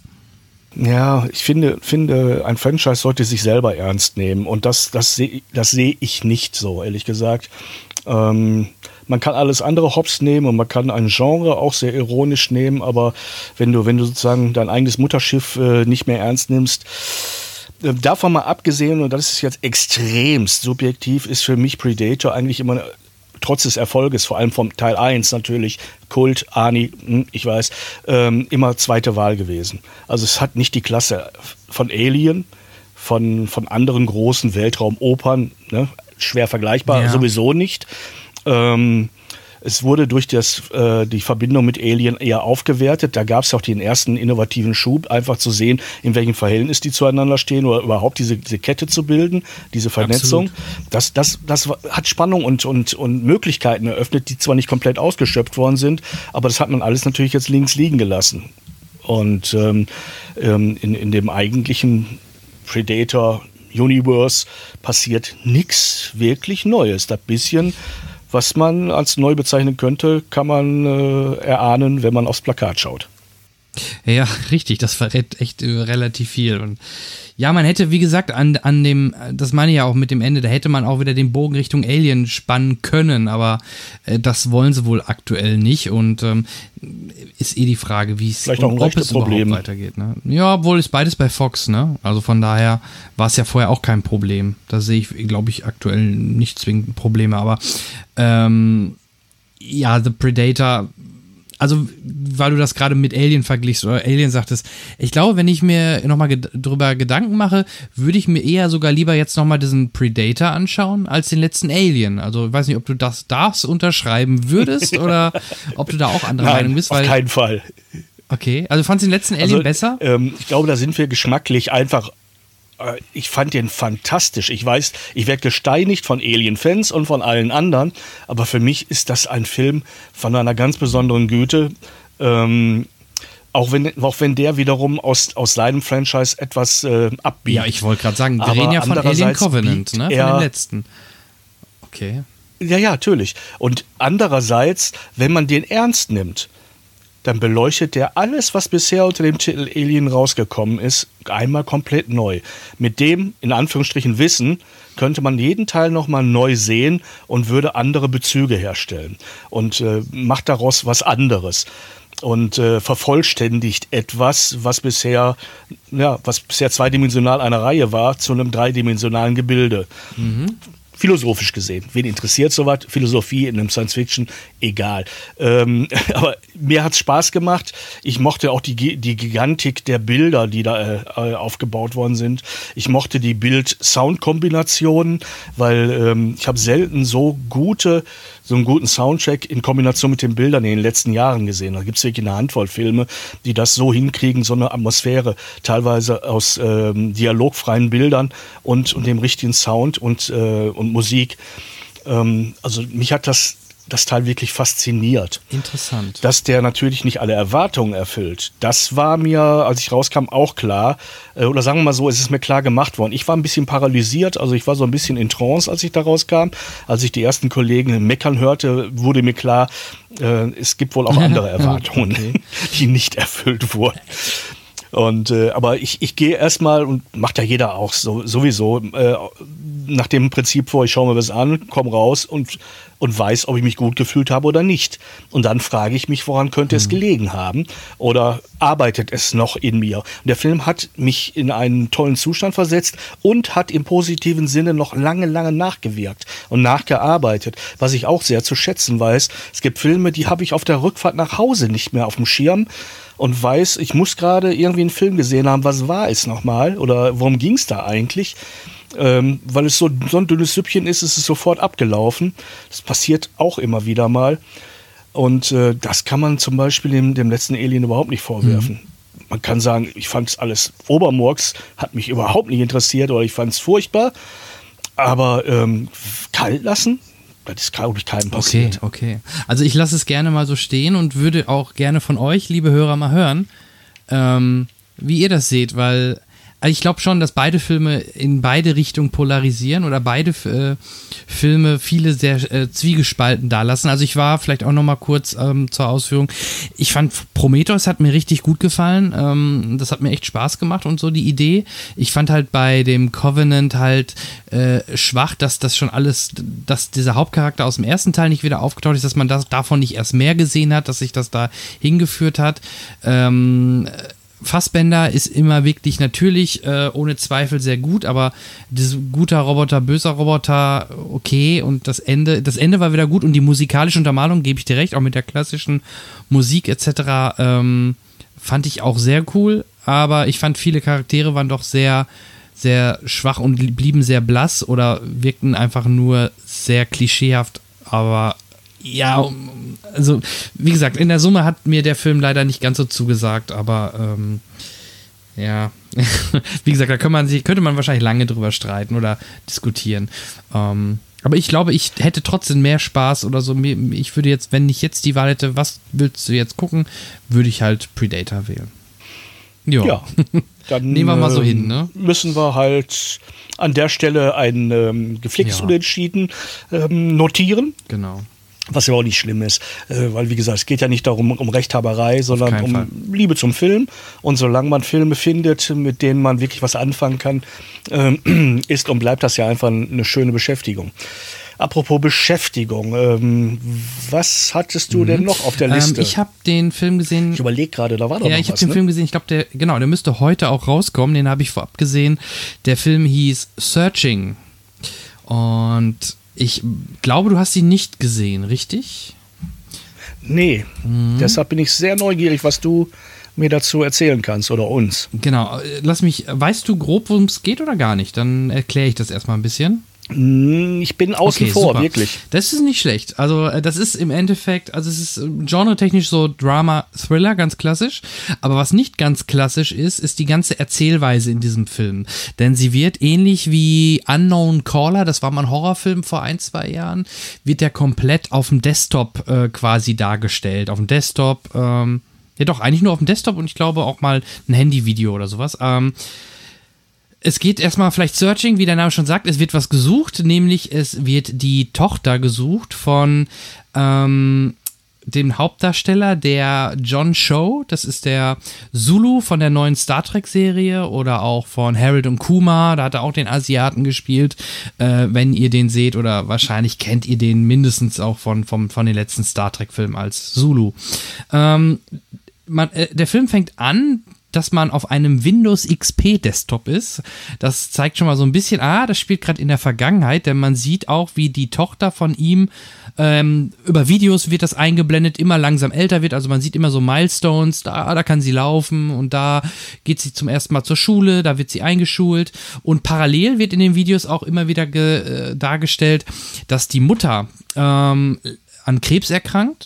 Ja, ich finde, finde, ein Franchise sollte sich selber ernst nehmen und das, das sehe das seh ich nicht so, ehrlich gesagt. Ähm, man kann alles andere hops nehmen und man kann ein Genre auch sehr ironisch nehmen, aber wenn du, wenn du sozusagen dein eigenes Mutterschiff äh, nicht mehr ernst nimmst, äh, davon mal abgesehen, und das ist jetzt extremst subjektiv, ist für mich Predator eigentlich immer eine, trotz des Erfolges, vor allem vom Teil eins natürlich, Kult, Arnie, ich weiß, ähm, immer zweite Wahl gewesen. Also es hat nicht die Klasse von Alien, von, von anderen großen Weltraumopern, ne? Schwer vergleichbar, ja. sowieso nicht. Ähm, Es wurde durch das, äh, die Verbindung mit Alien eher aufgewertet. Da gab es auch den ersten innovativen Schub, einfach zu sehen, in welchem Verhältnis die zueinander stehen oder überhaupt diese, diese Kette zu bilden, diese Vernetzung. Das, das, das hat Spannung und, und, und Möglichkeiten eröffnet, die zwar nicht komplett ausgeschöpft worden sind, aber das hat man alles natürlich jetzt links liegen gelassen. Und ähm, in, in dem eigentlichen Predator Universe passiert nichts wirklich Neues. Das bisschen, was man als neu bezeichnen könnte, kann man äh, erahnen, wenn man aufs Plakat schaut. Ja, richtig, das verrät echt äh, relativ viel. Und ja, man hätte, wie gesagt, an, an dem, das meine ich ja auch mit dem Ende, da hätte man auch wieder den Bogen Richtung Alien spannen können, aber äh, das wollen sie wohl aktuell nicht und ähm, ist eh die Frage, wie es, Vielleicht auch ein ob es Problem. überhaupt weitergeht. Ne? Ja, obwohl ist beides bei Fox, ne? Also von daher war es ja vorher auch kein Problem. Da sehe ich, glaube ich, aktuell nicht zwingend Probleme, aber ähm, ja, The Predator, also, weil du das gerade mit Alien verglichst oder Alien sagtest, ich glaube, wenn ich mir nochmal ged- drüber Gedanken mache, würde ich mir eher sogar lieber jetzt nochmal diesen Predator anschauen, als den letzten Alien. Also, ich weiß nicht, ob du das, das unterschreiben würdest oder ob du da auch andere Nein, Meinung bist. auf Weil, keinen Fall. Okay, also fandst du den letzten Alien Also, besser? Ähm, ich glaube, da sind wir geschmacklich einfach. Äh, ich fand den fantastisch. Ich weiß, ich werde gesteinigt von Alien-Fans und von allen anderen, aber für mich ist das ein Film von einer ganz besonderen Güte. Ähm, auch wenn, auch wenn der wiederum aus, aus seinem Franchise etwas äh, abbiegt. Ja, ich wollte gerade sagen, wir Aber reden ja von Alien andererseits Covenant, ne? Von er- dem letzten. Okay. Ja, ja, natürlich. Und andererseits, wenn man den ernst nimmt, dann beleuchtet der alles, was bisher unter dem Titel Alien rausgekommen ist, einmal komplett neu. Mit dem, in Anführungsstrichen, Wissen könnte man jeden Teil nochmal neu sehen und würde andere Bezüge herstellen und äh, macht daraus was anderes und äh, vervollständigt etwas, was bisher, ja, was bisher zweidimensional eine Reihe war, zu einem dreidimensionalen Gebilde. Mhm. Philosophisch gesehen. Wen interessiert sowas? Philosophie in einem Science-Fiction? Egal. Ähm, aber mir hat's Spaß gemacht. Ich mochte auch die, die Gigantik der Bilder, die da äh, aufgebaut worden sind. Ich mochte die Bild-Sound-Kombinationen, weil ähm, ich habe selten so gute, so einen guten Soundtrack in Kombination mit den Bildern in den letzten Jahren gesehen. Da gibt's wirklich eine Handvoll Filme, die das so hinkriegen, so eine Atmosphäre, teilweise aus ähm, dialogfreien Bildern und, und dem richtigen Sound und, äh, und Musik. Ähm, also mich hat das, das Teil wirklich fasziniert. Interessant. Dass der natürlich nicht alle Erwartungen erfüllt, das war mir, als ich rauskam, auch klar. Äh, oder sagen wir mal so, es ist mir klar gemacht worden. Ich war ein bisschen paralysiert, also ich war so ein bisschen in Trance, als ich da rauskam. Als ich die ersten Kollegen meckern hörte, wurde mir klar, äh, es gibt wohl auch andere Erwartungen, okay, die nicht erfüllt wurden. Und äh, aber ich, ich gehe erstmal, und macht ja jeder auch so, sowieso, äh, nach dem Prinzip vor, ich schaue mir was an, komme raus und, und weiß, ob ich mich gut gefühlt habe oder nicht. Und dann frage ich mich, woran könnte es gelegen haben? Oder arbeitet es noch in mir? Und der Film hat mich in einen tollen Zustand versetzt und hat im positiven Sinne noch lange, lange nachgewirkt und nachgearbeitet, was ich auch sehr zu schätzen weiß. Es gibt Filme, die habe ich auf der Rückfahrt nach Hause nicht mehr auf dem Schirm und weiß, ich muss gerade irgendwie einen Film gesehen haben, was war es nochmal oder worum ging es da eigentlich? Ähm, weil es so, so ein dünnes Süppchen ist, ist es sofort abgelaufen. Das passiert auch immer wieder mal. Und äh, das kann man zum Beispiel dem, dem letzten Alien überhaupt nicht vorwerfen. Mhm. Man kann sagen, ich fand es alles Obermurks, hat mich überhaupt nicht interessiert oder ich fand es furchtbar. Aber ähm, kalt lassen, das ist, glaube ich, keinem passiert. Okay, okay. Also ich lasse es gerne mal so stehen und würde auch gerne von euch, liebe Hörer, mal hören, ähm, wie ihr das seht, weil also ich glaube schon, dass beide Filme in beide Richtungen polarisieren oder beide äh, Filme viele sehr äh, zwiegespalten dalassen. Also ich war vielleicht auch noch mal kurz ähm, zur Ausführung. Ich fand Prometheus hat mir richtig gut gefallen. Ähm, das hat mir echt Spaß gemacht und so die Idee. Ich fand halt bei dem Covenant halt äh, schwach, dass das schon alles, dass dieser Hauptcharakter aus dem ersten Teil nicht wieder aufgetaucht ist, dass man das davon nicht erst mehr gesehen hat, dass sich das da hingeführt hat. Ähm, Fassbender ist immer wirklich natürlich äh, ohne Zweifel sehr gut, aber das guter Roboter, böser Roboter, okay, und das Ende, das Ende war wieder gut und die musikalische Untermalung, gebe ich dir recht, auch mit der klassischen Musik et cetera ähm, fand ich auch sehr cool, aber ich fand viele Charaktere waren doch sehr, sehr schwach und blieben sehr blass oder wirkten einfach nur sehr klischeehaft, aber Ja, also wie gesagt, in der Summe hat mir der Film leider nicht ganz so zugesagt, aber ähm, ja, wie gesagt, da kann man sich, könnte man wahrscheinlich lange drüber streiten oder diskutieren. Ähm, aber ich glaube, ich hätte trotzdem mehr Spaß oder so. Ich würde jetzt, wenn ich jetzt die Wahl hätte, was willst du jetzt gucken, würde ich halt Predator wählen. Jo. Ja, dann nehmen wir mal so hin, ne? Müssen wir halt an der Stelle ein ähm, geflicktes Ja. Unentschieden ähm, notieren. Genau. Was ja auch nicht schlimm ist, äh, weil wie gesagt, es geht ja nicht darum um Rechthaberei, sondern keinen um Fall. Liebe zum Film. Und solange man Filme findet, mit denen man wirklich was anfangen kann, ähm, ist und bleibt das ja einfach eine schöne Beschäftigung. Apropos Beschäftigung, ähm, was hattest du denn noch auf der Liste? Ähm, ich habe den Film gesehen. Ich überlege gerade, da war doch Ja, noch ich habe was, den ne? Film gesehen. Ich glaube, der genau, der müsste heute auch rauskommen. Den habe ich vorab gesehen. Der Film hieß Searching. Und ich glaube, du hast ihn nicht gesehen, richtig? Nee, Mhm. deshalb bin ich sehr neugierig, was du mir dazu erzählen kannst oder uns. Genau. äh, Lass mich. Weißt du grob, worum es geht oder gar nicht? Dann erkläre ich das erstmal ein bisschen. Hm, Ich bin außen Okay, vor, super. wirklich. Das ist nicht schlecht. Also, äh, das ist im Endeffekt, also es ist äh, genretechnisch so Drama-Thriller, ganz klassisch. Aber was nicht ganz klassisch ist, ist die ganze Erzählweise in diesem Film. Denn sie wird ähnlich wie Unknown Caller, das war mal ein Horrorfilm vor ein, zwei Jahren, wird der komplett auf dem Desktop äh, quasi dargestellt. Auf dem Desktop, ähm, ja doch, eigentlich nur auf dem Desktop und ich glaube auch mal ein Handyvideo oder sowas. Ähm, Es geht erstmal vielleicht Searching, wie der Name schon sagt, es wird was gesucht, nämlich es wird die Tochter gesucht von ähm, dem Hauptdarsteller, der John Cho, das ist der Zulu von der neuen Star Trek-Serie oder auch von Harold und Kumar, da hat er auch den Asiaten gespielt, äh, wenn ihr den seht oder wahrscheinlich kennt ihr den mindestens auch von, von, von den letzten Star Trek-Filmen als Zulu. Ähm, man, äh, der Film fängt an, dass man auf einem Windows X P Desktop ist. Das zeigt schon mal so ein bisschen, ah, das spielt gerade in der Vergangenheit, denn man sieht auch, wie die Tochter von ihm, ähm, über Videos wird das eingeblendet, immer langsam älter wird, also man sieht immer so Milestones, da, da kann sie laufen und da geht sie zum ersten Mal zur Schule, da wird sie eingeschult und parallel wird in den Videos auch immer wieder ge, äh, dargestellt, dass die Mutter ähm, an Krebs erkrankt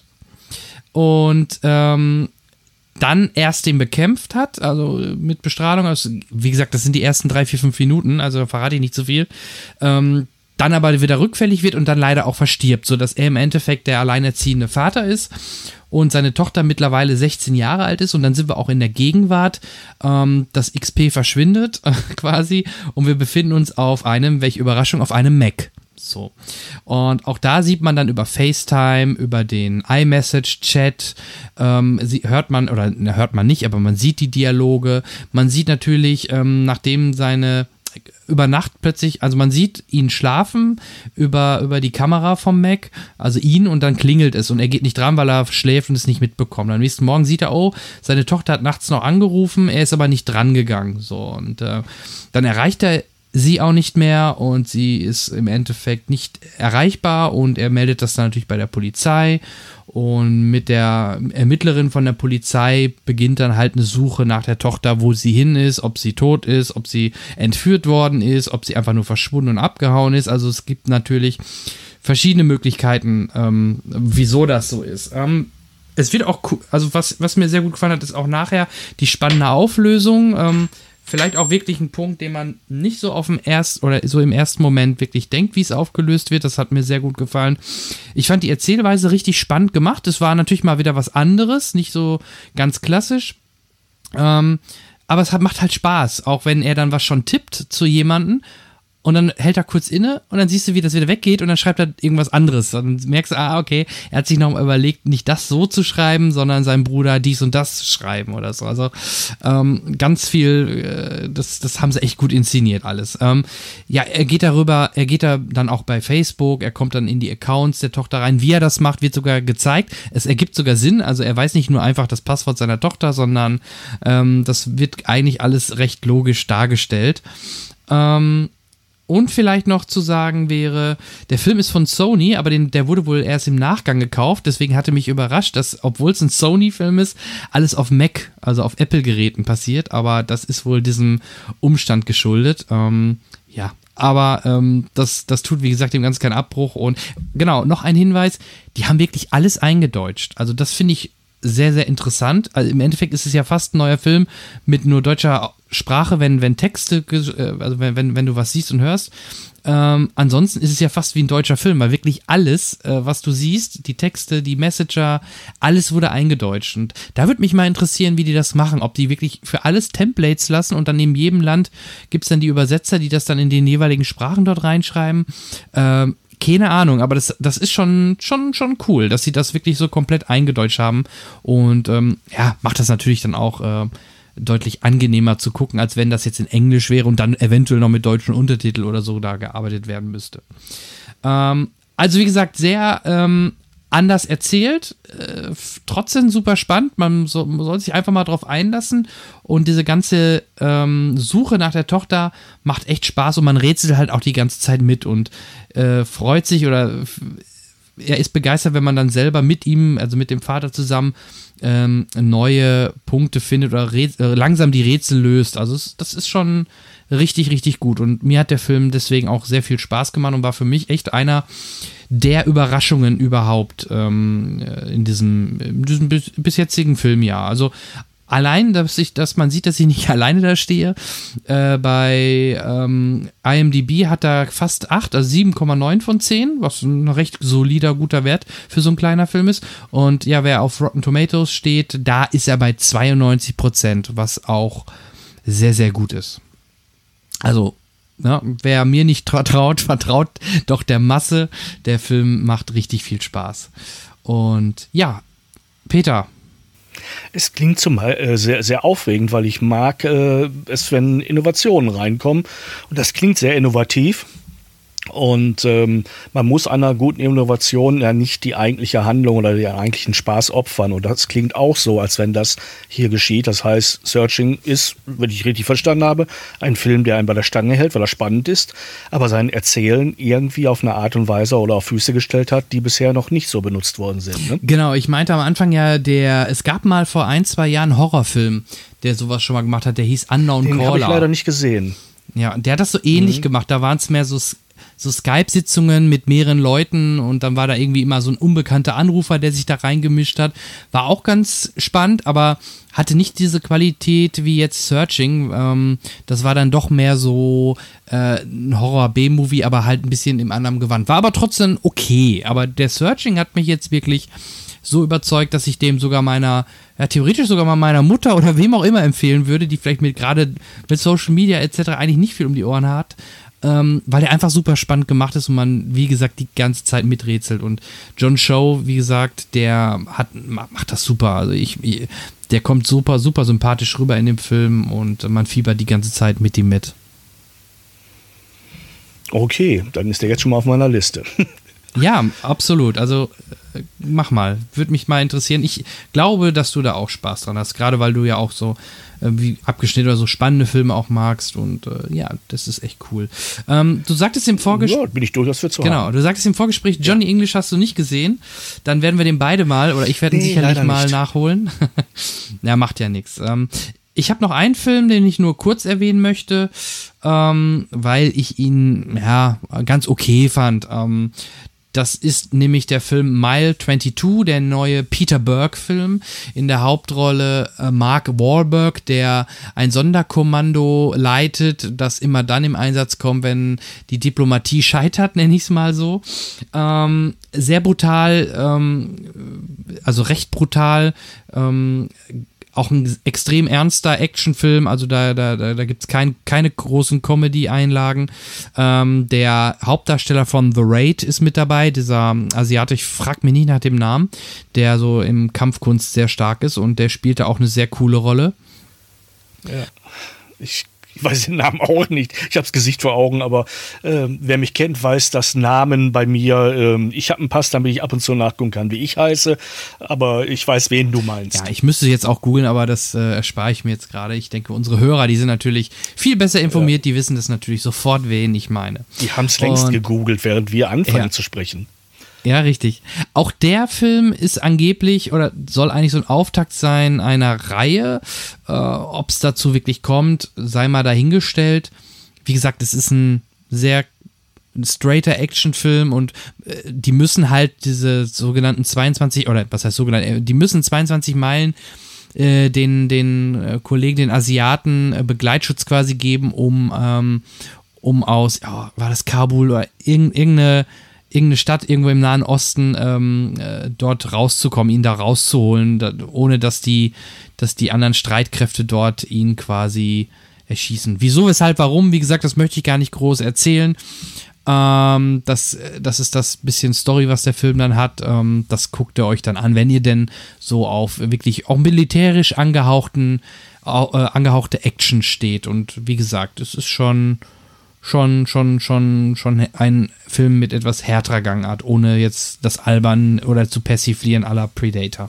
und ähm, dann erst den bekämpft hat, also mit Bestrahlung, also wie gesagt, das sind die ersten drei, vier, fünf Minuten, also verrate ich nicht zu viel, ähm, dann aber wieder rückfällig wird und dann leider auch verstirbt, sodass er im Endeffekt der alleinerziehende Vater ist und seine Tochter mittlerweile sechzehn Jahre alt ist und dann sind wir auch in der Gegenwart, ähm, das X P verschwindet äh, quasi und wir befinden uns auf einem, welche Überraschung, auf einem Mac. So. Und auch da sieht man dann über FaceTime, über den iMessage-Chat, ähm, sie, hört man, oder ne, hört man nicht, aber man sieht die Dialoge. Man sieht natürlich, ähm, nachdem seine über Nacht plötzlich, also man sieht ihn schlafen über, über die Kamera vom Mac, also ihn, und dann klingelt es und er geht nicht dran, weil er schläft und es nicht mitbekommt. Am nächsten Morgen sieht er, oh, seine Tochter hat nachts noch angerufen, er ist aber nicht dran gegangen. So, und äh, dann erreicht er sie auch nicht mehr und sie ist im Endeffekt nicht erreichbar und er meldet das dann natürlich bei der Polizei und mit der Ermittlerin von der Polizei beginnt dann halt eine Suche nach der Tochter, wo sie hin ist, ob sie tot ist, ob sie entführt worden ist, ob sie einfach nur verschwunden und abgehauen ist. Also es gibt natürlich verschiedene Möglichkeiten, ähm, wieso das so ist. Ähm, es wird auch, also was, was mir sehr gut gefallen hat, ist auch nachher die spannende Auflösung. Ähm, Vielleicht auch wirklich ein Punkt, den man nicht so auf dem ersten oder so im ersten Moment wirklich denkt, wie es aufgelöst wird. Das hat mir sehr gut gefallen. Ich fand die Erzählweise richtig spannend gemacht. Es war natürlich mal wieder was anderes, nicht so ganz klassisch. Ähm, aber es hat, macht halt Spaß, auch wenn er dann was schon tippt zu jemandem. Und dann hält er kurz inne und dann siehst du, wie das wieder weggeht und dann schreibt er irgendwas anderes. Dann merkst du, ah, okay, er hat sich noch mal überlegt, nicht das so zu schreiben, sondern seinem Bruder dies und das schreiben oder so. Also ähm, ganz viel, äh, das, das haben sie echt gut inszeniert alles. Ähm, ja, er geht darüber, er geht da dann auch bei Facebook, er kommt dann in die Accounts der Tochter rein. Wie er das macht, wird sogar gezeigt. Es ergibt sogar Sinn, also er weiß nicht nur einfach das Passwort seiner Tochter, sondern ähm, das wird eigentlich alles recht logisch dargestellt. Ähm, Und vielleicht noch zu sagen wäre, der Film ist von Sony, aber den, der wurde wohl erst im Nachgang gekauft. Deswegen hatte mich überrascht, dass, obwohl es ein Sony-Film ist, alles auf Mac, also auf Apple-Geräten passiert. Aber das ist wohl diesem Umstand geschuldet. Ähm, ja, Aber ähm, das, das tut, wie gesagt, dem Ganzen keinen Abbruch. Und genau, noch ein Hinweis, die haben wirklich alles eingedeutscht. Also das finde ich sehr, sehr interessant. Also im Endeffekt ist es ja fast ein neuer Film mit nur deutscher Sprache, wenn, wenn Texte, also wenn, wenn, wenn du was siehst und hörst. Ähm, ansonsten ist es ja fast wie ein deutscher Film, weil wirklich alles, äh, was du siehst, die Texte, die Messenger, alles wurde eingedeutscht. Und da würde mich mal interessieren, wie die das machen, ob die wirklich für alles Templates lassen und dann in jedem Land gibt es dann die Übersetzer, die das dann in den jeweiligen Sprachen dort reinschreiben. Ähm, keine Ahnung, aber das, das ist schon, schon, schon cool, dass sie das wirklich so komplett eingedeutscht haben. Und ähm, ja, macht das natürlich dann auch äh, deutlich angenehmer zu gucken, als wenn das jetzt in Englisch wäre und dann eventuell noch mit deutschen Untertitel oder so da gearbeitet werden müsste. Ähm, also wie gesagt, sehr ähm, anders erzählt, äh, trotzdem super spannend, man, so, man soll sich einfach mal drauf einlassen und diese ganze ähm, Suche nach der Tochter macht echt Spaß und man rätselt halt auch die ganze Zeit mit und äh, freut sich oder er ist begeistert, wenn man dann selber mit ihm, also mit dem Vater zusammen, ähm, neue Punkte findet oder räts- äh, langsam die Rätsel löst. Also es, das ist schon richtig, richtig gut. Und mir hat der Film deswegen auch sehr viel Spaß gemacht und war für mich echt einer der Überraschungen überhaupt ähm, in diesem, in diesem bis, bis jetzigen Filmjahr. Also allein, dass, ich, dass man sieht, dass ich nicht alleine da stehe. Äh, bei ähm, I M D B hat er fast acht, also sieben Komma neun von zehn, was ein recht solider, guter Wert für so ein kleiner Film ist. Und ja, wer auf Rotten Tomatoes steht, da ist er bei zweiundneunzig Prozent, was auch sehr, sehr gut ist. Also, ja, wer mir nicht vertraut, vertraut doch der Masse. Der Film macht richtig viel Spaß. Und ja, Peter. Es klingt zumal äh, sehr, sehr aufregend, weil ich mag äh, es, wenn Innovationen reinkommen. Und das klingt sehr innovativ. Und ähm, man muss einer guten Innovation ja nicht die eigentliche Handlung oder den eigentlichen Spaß opfern. Und das klingt auch so, als wenn das hier geschieht. Das heißt, Searching ist, wenn ich richtig verstanden habe, ein Film, der einen bei der Stange hält, weil er spannend ist, aber sein Erzählen irgendwie auf eine Art und Weise oder auf Füße gestellt hat, die bisher noch nicht so benutzt worden sind. Ne? Genau, ich meinte am Anfang ja, der, es gab mal vor ein, zwei Jahren einen Horrorfilm, der sowas schon mal gemacht hat, der hieß Unknown Den Caller. Den habe ich leider nicht gesehen. Ja, und der hat das so ähnlich mhm. gemacht, da waren es mehr so so Skype-Sitzungen mit mehreren Leuten und dann war da irgendwie immer so ein unbekannter Anrufer, der sich da reingemischt hat. War auch ganz spannend, aber hatte nicht diese Qualität wie jetzt Searching. Ähm, das war dann doch mehr so äh, ein Horror-B-Movie, aber halt ein bisschen im anderen Gewand. War aber trotzdem okay, aber der Searching hat mich jetzt wirklich so überzeugt, dass ich dem sogar meiner, ja theoretisch sogar mal meiner Mutter oder wem auch immer empfehlen würde, die vielleicht mit gerade mit Social Media et cetera eigentlich nicht viel um die Ohren hat. Ähm, weil der einfach super spannend gemacht ist und man, wie gesagt, die ganze Zeit miträtselt. Und John Cho, wie gesagt, der hat, macht das super. Also ich, der kommt super, super sympathisch rüber in dem Film und man fiebert die ganze Zeit mit ihm mit. Okay, dann ist der jetzt schon mal auf meiner Liste. Ja, absolut. Also äh, mach mal. Würde mich mal interessieren. Ich glaube, dass du da auch Spaß dran hast. Gerade weil du ja auch so äh, wie abgeschnitten oder so spannende Filme auch magst. Und äh, ja, das ist echt cool. Ähm, du sagtest im Vorgespräch... Ja, bin ich durchaus für zu Genau, haben. du sagtest im Vorgespräch, Johnny ja. English hast du nicht gesehen. Dann werden wir den beide mal, oder ich werde ihn nee, sicherlich mal nicht. nachholen. Ja, macht ja nichts. Ähm, Ich habe noch einen Film, den ich nur kurz erwähnen möchte, ähm, weil ich ihn ja ganz okay fand. Ähm, das ist nämlich der Film Mile zweiundzwanzig, der neue Peter Berg-Film. In der Hauptrolle äh, Mark Wahlberg, der ein Sonderkommando leitet, das immer dann im Einsatz kommt, wenn die Diplomatie scheitert, nenne ich es mal so. Ähm, sehr brutal, ähm, also recht brutal, ähm, auch ein extrem ernster Actionfilm, also da, da, da, da gibt es kein, keine großen Comedy-Einlagen. Ähm, der Hauptdarsteller von The Raid ist mit dabei, dieser Asiate, ich frag mich nicht nach dem Namen, der so im Kampfkunst sehr stark ist und der spielte auch eine sehr coole Rolle. Ja, ich Ich weiß den Namen auch nicht. Ich habe das Gesicht vor Augen, aber äh, wer mich kennt, weiß, dass Namen bei mir, äh, ich habe einen Pass, damit ich ab und zu nachgucken kann, wie ich heiße, aber ich weiß, wen du meinst. Ja, ich müsste jetzt auch googeln, aber das äh, erspare ich mir jetzt gerade. Ich denke, unsere Hörer, die sind natürlich viel besser informiert, ja. Die wissen das natürlich sofort, wen ich meine. Die haben es längst gegoogelt, während wir anfangen ja. zu sprechen. Ja, richtig. Auch der Film ist angeblich oder soll eigentlich so ein Auftakt sein einer Reihe. Äh, ob es dazu wirklich kommt, sei mal dahingestellt. Wie gesagt, es ist ein sehr straighter Actionfilm und äh, die müssen halt diese sogenannten zweiundzwanzig, oder was heißt sogenannte, die müssen zweiundzwanzig Meilen äh, den, den äh, Kollegen, den Asiaten äh, Begleitschutz quasi geben, um, ähm, um aus, oh, war das Kabul oder irg- irgendeine, irgendeine Stadt irgendwo im Nahen Osten ähm, äh, dort rauszukommen, ihn da rauszuholen, da, ohne dass die, dass die anderen Streitkräfte dort ihn quasi erschießen. Wieso, weshalb, warum, wie gesagt, das möchte ich gar nicht groß erzählen. Ähm, das, das ist das bisschen Story, was der Film dann hat. Ähm, das guckt ihr euch dann an, wenn ihr denn so auf wirklich auch militärisch angehauchten, äh, angehauchte Action steht. Und wie gesagt, es ist schon, schon, schon, schon, schon ein Film mit etwas härterer Gangart, ohne jetzt das Albern oder zu persiflieren à la Predator.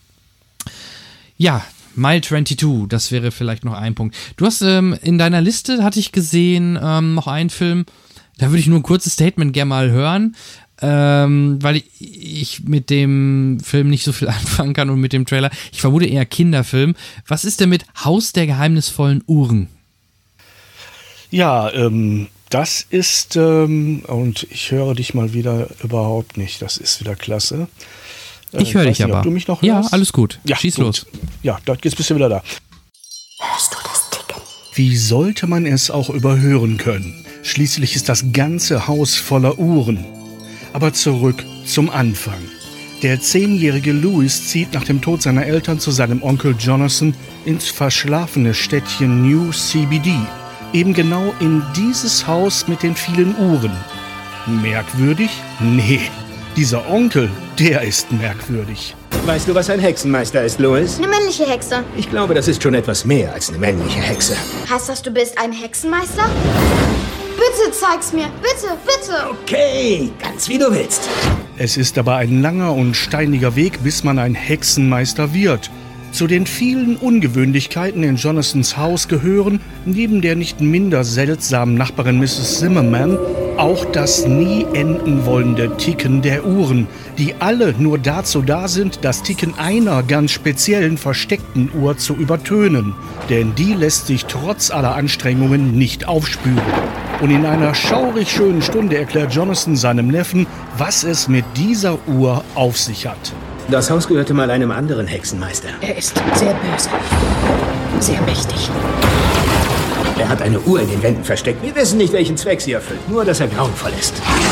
Ja, Mile zweiundzwanzig, das wäre vielleicht noch ein Punkt. Du hast ähm, in deiner Liste, hatte ich gesehen, ähm, noch einen Film. Da würde ich nur ein kurzes Statement gerne mal hören, ähm, weil ich, ich mit dem Film nicht so viel anfangen kann und mit dem Trailer. Ich vermute eher Kinderfilm. Was ist denn mit Haus der geheimnisvollen Uhren? Ja, ähm, das ist, ähm, und ich höre dich mal wieder überhaupt nicht. Das ist wieder klasse. Äh, ich höre dich nicht, aber. Ob du mich noch ja, hörst? alles gut. Ja, schieß gut. los. Ja, jetzt bist du wieder da. Hörst du das Ticken? Wie sollte man es auch überhören können? Schließlich ist das ganze Haus voller Uhren. Aber zurück zum Anfang. Der zehnjährige Louis zieht nach dem Tod seiner Eltern zu seinem Onkel Jonathan ins verschlafene Städtchen New C B D. Eben genau in dieses Haus mit den vielen Uhren. Merkwürdig? Nee. Dieser Onkel, der ist merkwürdig. Weißt du, was ein Hexenmeister ist, Louis? Eine männliche Hexe. Ich glaube, das ist schon etwas mehr als eine männliche Hexe. Heißt das, du bist ein Hexenmeister? Bitte zeig's mir. Bitte, bitte. Okay, ganz wie du willst. Es ist aber ein langer und steiniger Weg, bis man ein Hexenmeister wird. Zu den vielen Ungewöhnlichkeiten in Jonathans Haus gehören, neben der nicht minder seltsamen Nachbarin Missus Zimmerman, auch das nie enden wollende Ticken der Uhren, die alle nur dazu da sind, das Ticken einer ganz speziellen versteckten Uhr zu übertönen. Denn die lässt sich trotz aller Anstrengungen nicht aufspüren. Und in einer schaurig schönen Stunde erklärt Jonathan seinem Neffen, was es mit dieser Uhr auf sich hat. Das Haus gehörte mal einem anderen Hexenmeister. Er ist sehr böse. Sehr mächtig. Er hat eine Uhr in den Wänden versteckt. Wir wissen nicht, welchen Zweck sie erfüllt. Nur, dass er grauenvoll ist.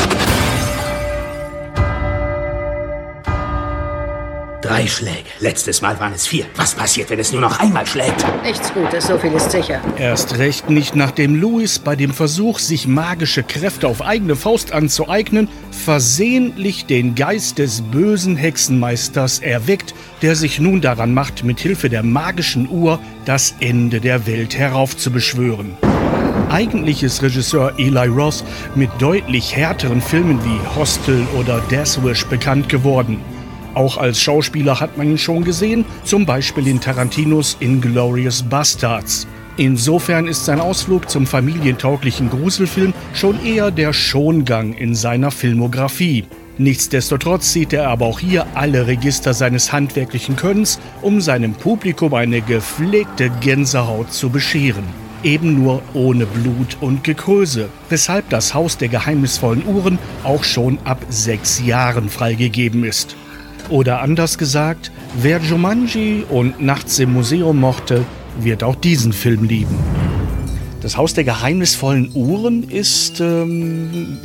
Drei Schläge. Letztes Mal waren es vier. Was passiert, wenn es nur noch einmal schlägt? Nichts Gutes, so viel ist sicher. Erst recht nicht, nachdem Louis bei dem Versuch, sich magische Kräfte auf eigene Faust anzueignen, versehentlich den Geist des bösen Hexenmeisters erweckt, der sich nun daran macht, mit Hilfe der magischen Uhr das Ende der Welt heraufzubeschwören. Eigentlich ist Regisseur Eli Roth mit deutlich härteren Filmen wie Hostel oder Death Wish bekannt geworden. Auch als Schauspieler hat man ihn schon gesehen, zum Beispiel in Tarantinos Inglourious Bastards. Insofern ist sein Ausflug zum familientauglichen Gruselfilm schon eher der Schongang in seiner Filmografie. Nichtsdestotrotz zieht er aber auch hier alle Register seines handwerklichen Könnens, um seinem Publikum eine gepflegte Gänsehaut zu bescheren. Eben nur ohne Blut und Gekröse, weshalb das Haus der geheimnisvollen Uhren auch schon ab sechs Jahren freigegeben ist. Oder anders gesagt, wer Jumanji und Nachts im Museum mochte, wird auch diesen Film lieben. Das Haus der geheimnisvollen Uhren ist ähm,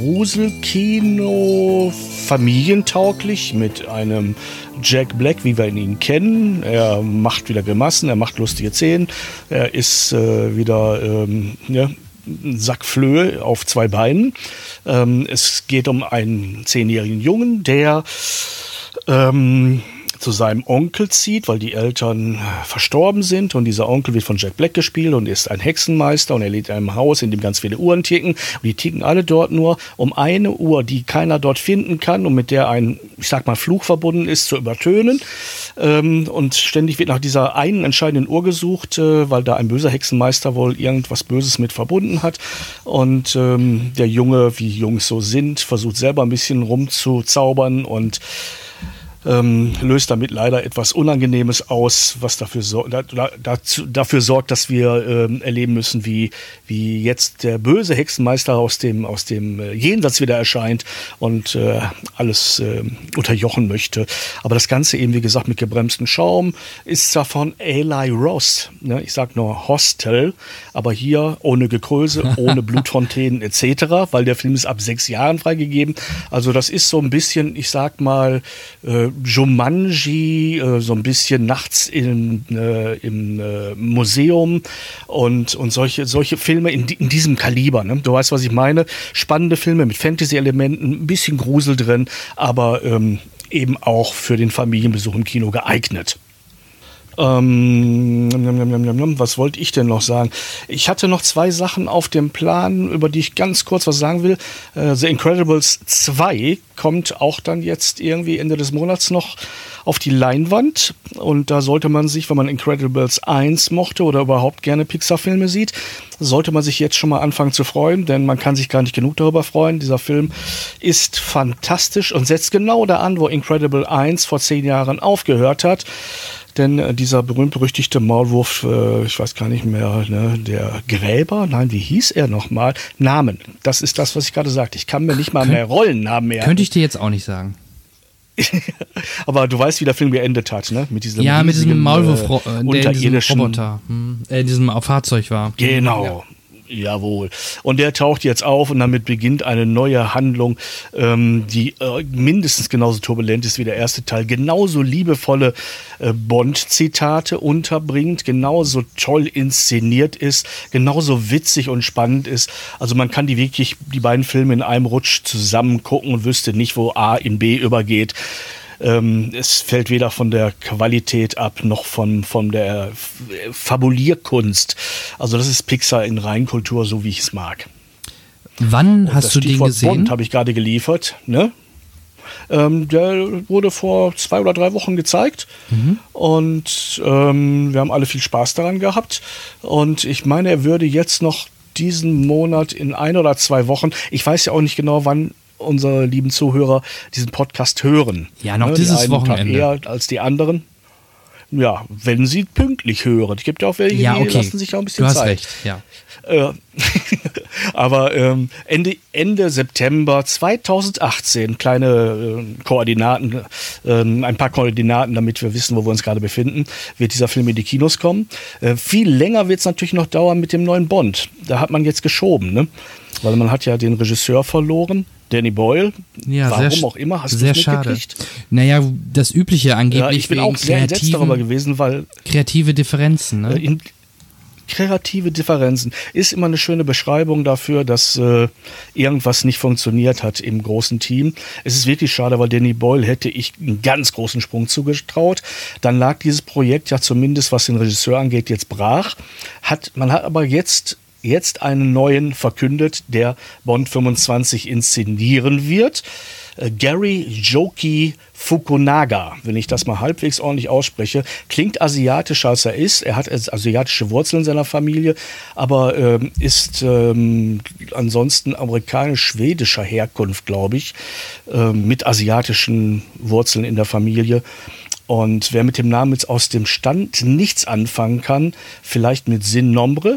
Gruselkino, familientauglich mit einem Jack Black, wie wir ihn kennen. Er macht wieder Grimassen, er macht lustige Szenen, er ist äh, wieder ähm, ja, ein Sack Flöhe auf zwei Beinen. Ähm, es geht um einen zehnjährigen Jungen, der ähm, zu seinem Onkel zieht, weil die Eltern verstorben sind, und dieser Onkel wird von Jack Black gespielt und ist ein Hexenmeister, und er lebt in einem Haus, in dem ganz viele Uhren ticken, und die ticken alle dort nur, um eine Uhr, die keiner dort finden kann und mit der ein, ich sag mal, Fluch verbunden ist, zu übertönen. Ähm, und ständig wird nach dieser einen entscheidenden Uhr gesucht, äh, weil da ein böser Hexenmeister wohl irgendwas Böses mit verbunden hat, und ähm, der Junge, wie Jungs so sind, versucht selber ein bisschen rumzuzaubern und Ähm, löst damit leider etwas Unangenehmes aus, was dafür, so, da, dazu, dafür sorgt, dass wir ähm, erleben müssen, wie, wie jetzt der böse Hexenmeister aus dem, aus dem äh, Jenseits wieder erscheint und äh, alles äh, unterjochen möchte. Aber das Ganze eben, wie gesagt, mit gebremstem Schaum ist zwar von Eli Roth, ne? Ich sag nur Hostel, aber hier ohne Gekröse, ohne Blutfontänen et cetera, weil der Film ist ab sechs Jahren freigegeben. Also das ist so ein bisschen, ich sag mal, äh, Jumanji, äh, so ein bisschen nachts in, äh, im äh, Museum und, und solche, solche Filme in, in diesem Kaliber. Ne? Du weißt, was ich meine. Spannende Filme mit Fantasy-Elementen, ein bisschen Grusel drin, aber ähm, eben auch für den Familienbesuch im Kino geeignet. Ähm, was wollte ich denn noch sagen? Ich hatte noch zwei Sachen auf dem Plan, über die ich ganz kurz was sagen will. Äh, The Incredibles zwei kommt auch dann jetzt irgendwie Ende des Monats noch auf die Leinwand. Und da sollte man sich, wenn man Incredibles eins mochte oder überhaupt gerne Pixar-Filme sieht, sollte man sich jetzt schon mal anfangen zu freuen, denn man kann sich gar nicht genug darüber freuen. Dieser Film ist fantastisch und setzt genau da an, wo Incredible eins vor zehn Jahren aufgehört hat. Denn äh, dieser berühmt-berüchtigte Maulwurf, äh, ich weiß gar nicht mehr, ne, der Gräber, nein, wie hieß er nochmal? Namen, das ist das, was ich gerade sagte. Ich kann mir nicht mal Kön- mehr Rollennamen merken. Könnte ich dir jetzt auch nicht sagen. Aber du weißt, wie der Film geendet hat, ne? Mit diesem ja, mit diesem Maulwurf, äh, der in diesem Roboter, hm, äh, in diesem Fahrzeug war. Genau. Ja. Jawohl. Und der taucht jetzt auf und damit beginnt eine neue Handlung, ähm, die äh, mindestens genauso turbulent ist wie der erste Teil, genauso liebevolle äh, Bond-Zitate unterbringt, genauso toll inszeniert ist, genauso witzig und spannend ist. Also man kann die wirklich, die beiden Filme in einem Rutsch zusammen gucken und wüsste nicht, wo A in B übergeht. Ähm, es fällt weder von der Qualität ab, noch von, von der Fabulierkunst. Also das ist Pixar in Reinkultur, so wie ich es mag. Wann Und hast du den gesehen? Bond habe ich gerade geliefert. Ne? Ähm, der wurde vor zwei oder drei Wochen gezeigt. Mhm. Und ähm, wir haben alle viel Spaß daran gehabt. Und ich meine, er würde jetzt noch diesen Monat in ein oder zwei Wochen, ich weiß ja auch nicht genau, wann unsere lieben Zuhörer diesen Podcast hören. Ja, noch ne, dieses die Wochenende. Eher als die anderen. Ja, wenn sie pünktlich hören. Es gibt ja auch welche, ja, okay. die lassen sich auch ein bisschen du hast Zeit. Recht, ja. Äh, aber ähm, Ende, Ende September zweitausendachtzehn, kleine äh, Koordinaten, äh, ein paar Koordinaten, damit wir wissen, wo wir uns gerade befinden, wird dieser Film in die Kinos kommen. Äh, viel länger wird es natürlich noch dauern mit dem neuen Bond. Da hat man jetzt geschoben, ne? Weil man hat ja den Regisseur verloren, Danny Boyle. Ja, warum sehr, auch immer, hast du sehr es schade. mitgekriegt? Naja, das Übliche angeblich Ja, ich bin auch sehr entsetzt darüber gewesen, weil kreative Differenzen, ne? In, kreative Differenzen ist immer eine schöne Beschreibung dafür, dass äh, irgendwas nicht funktioniert hat im großen Team. Es ist wirklich schade, weil Danny Boyle hätte ich einen ganz großen Sprung zugetraut. Dann lag dieses Projekt ja zumindest, was den Regisseur angeht, jetzt brach. Hat, man hat aber jetzt jetzt einen neuen verkündet, der Bond fünfundzwanzig inszenieren wird. Äh, Gary Joki Fukunaga, wenn ich das mal halbwegs ordentlich ausspreche, klingt asiatischer als er ist. Er hat asiatische Wurzeln in seiner Familie, aber ähm, ist ähm, ansonsten amerikanisch-schwedischer Herkunft, glaube ich, ähm, mit asiatischen Wurzeln in der Familie. Und wer mit dem Namen jetzt aus dem Stand nichts anfangen kann, vielleicht mit Sin Nombre.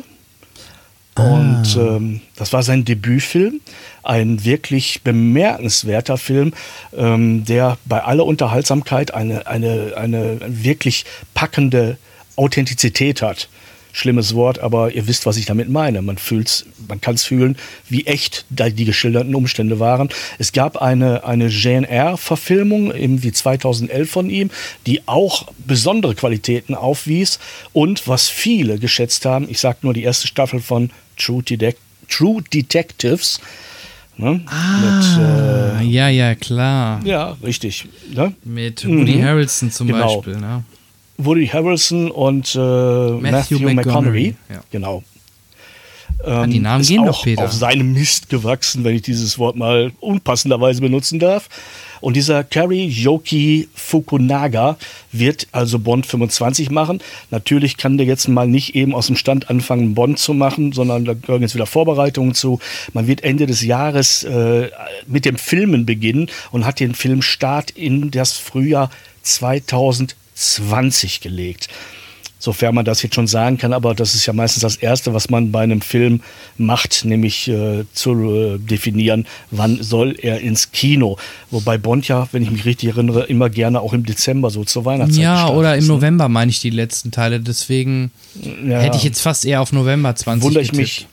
Und ähm, das war sein Debütfilm, ein wirklich bemerkenswerter Film, ähm, der bei aller Unterhaltsamkeit eine, eine, eine wirklich packende Authentizität hat. Schlimmes Wort, aber ihr wisst, was ich damit meine. Man fühlt's, man kann es fühlen, wie echt da die geschilderten Umstände waren. Es gab eine, eine Jane Eyre-Verfilmung, irgendwie zweitausendelf von ihm, die auch besondere Qualitäten aufwies und was viele geschätzt haben, ich sag nur die erste Staffel von True, Detec- True Detectives. Ne? Ah, mit, äh, ja, ja, klar. Ja, richtig. Ne? Mit Woody mhm. Harrelson zum genau. Beispiel, ne? Woody Harrelson und äh, Matthew, Matthew McConaughey. Ja. Genau. Ähm, die Namen ist gehen auch doch, Peter. Auf seinem Mist gewachsen, wenn ich dieses Wort mal unpassenderweise benutzen darf. Und dieser Kari-Yoki Fukunaga wird also Bond fünfundzwanzig machen. Natürlich kann der jetzt mal nicht eben aus dem Stand anfangen, Bond zu machen, sondern da gehören jetzt wieder Vorbereitungen zu. Man wird Ende des Jahres äh, mit dem Filmen beginnen und hat den Filmstart in das Frühjahr zweitausendzwanzig gelegt. Sofern man das jetzt schon sagen kann, aber das ist ja meistens das Erste, was man bei einem Film macht, nämlich äh, zu äh, definieren, wann soll er ins Kino. Wobei Bond ja, wenn ich mich richtig erinnere, immer gerne auch im Dezember so zur Weihnachtszeit Ja, oder im ist, ne? November meine ich die letzten Teile, deswegen ja, hätte ich jetzt fast eher auf November zwanzig wundere ich getippt. mich.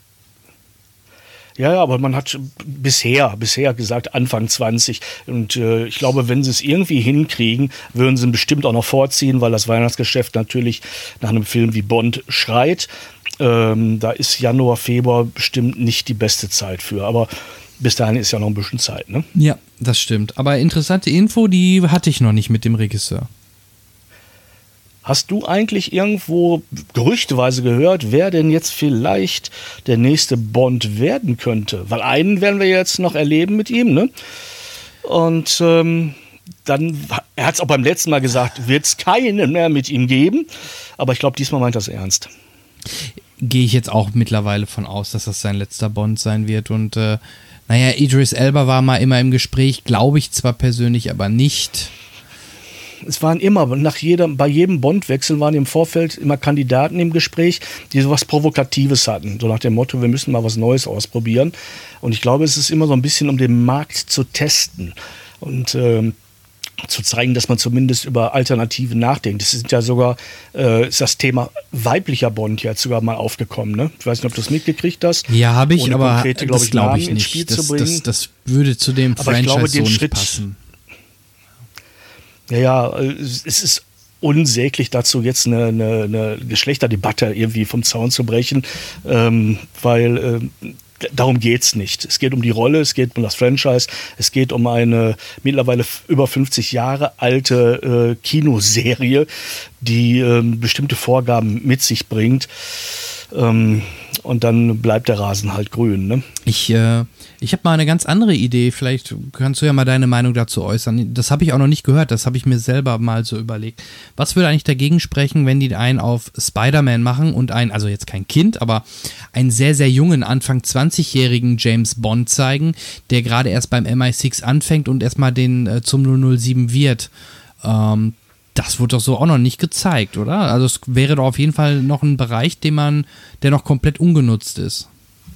Ja, ja, aber man hat bisher, bisher gesagt Anfang zwanzig. Und äh, ich glaube, wenn sie es irgendwie hinkriegen, würden sie ihn bestimmt auch noch vorziehen, weil das Weihnachtsgeschäft natürlich nach einem Film wie Bond schreit. Ähm, da ist Januar, Februar bestimmt nicht die beste Zeit für. Aber bis dahin ist ja noch ein bisschen Zeit, ne? Ja, das stimmt. Aber interessante Info, die hatte ich noch nicht mit dem Regisseur. Hast du eigentlich irgendwo gerüchteweise gehört, wer denn jetzt vielleicht der nächste Bond werden könnte? Weil einen werden wir jetzt noch erleben mit ihm, ne? Und ähm, dann, er hat es auch beim letzten Mal gesagt, wird es keinen mehr mit ihm geben. Aber ich glaube, diesmal meint er es ernst. Gehe ich jetzt auch mittlerweile von aus, dass das sein letzter Bond sein wird. Und äh, naja, Idris Elba war mal immer im Gespräch, glaube ich zwar persönlich, aber nicht. Es waren immer, nach jedem, bei jedem Bond-Wechsel waren im Vorfeld immer Kandidaten im Gespräch, die sowas Provokatives hatten. So nach dem Motto, wir müssen mal was Neues ausprobieren. Und ich glaube, es ist immer so ein bisschen, um den Markt zu testen und ähm, zu zeigen, dass man zumindest über Alternativen nachdenkt. Es ist ja sogar, äh, ist das Thema weiblicher Bond jetzt sogar mal aufgekommen. Ne? Ich weiß nicht, ob du das mitgekriegt hast. Ja, habe ich, Ohne aber konkrete, glaub das ich, glaube Namen ich ins nicht. Spiel Das, zu bringen. das, das würde zu dem Aber ich Franchise glaube, so den nicht Schritt, passen. Ja, ja, es ist unsäglich dazu, jetzt eine, eine, eine Geschlechterdebatte irgendwie vom Zaun zu brechen, ähm, weil ähm, darum geht's nicht. Es geht um die Rolle, es geht um das Franchise, es geht um eine mittlerweile über fünfzig Jahre alte äh, Kinoserie, die ähm, bestimmte Vorgaben mit sich bringt. Ähm, und dann bleibt der Rasen halt grün, ne? Ich, äh, ich habe mal eine ganz andere Idee. Vielleicht kannst du ja mal deine Meinung dazu äußern. Das habe ich auch noch nicht gehört. Das habe ich mir selber mal so überlegt. Was würde eigentlich dagegen sprechen, wenn die einen auf Spider-Man machen und einen, also jetzt kein Kind, aber einen sehr, sehr jungen, Anfang zwanzigjährigen James Bond zeigen, der gerade erst beim M I sechs anfängt und erstmal den äh, zum null null sieben wird? Ähm, Das wurde doch so auch noch nicht gezeigt, oder? Also es wäre doch auf jeden Fall noch ein Bereich, den man, der noch komplett ungenutzt ist.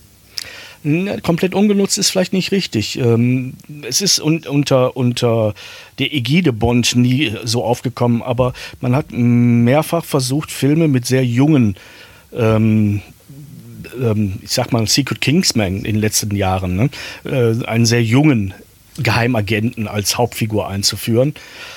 Ja, komplett ungenutzt ist vielleicht nicht richtig. Ähm, es ist un- unter, unter der Ägide Bond nie so aufgekommen, aber man hat mehrfach versucht, Filme mit sehr jungen, ähm, ähm, ich sag mal Secret Kingsman in den letzten Jahren, ne? äh, einen sehr jungen Geheimagenten als Hauptfigur einzuführen.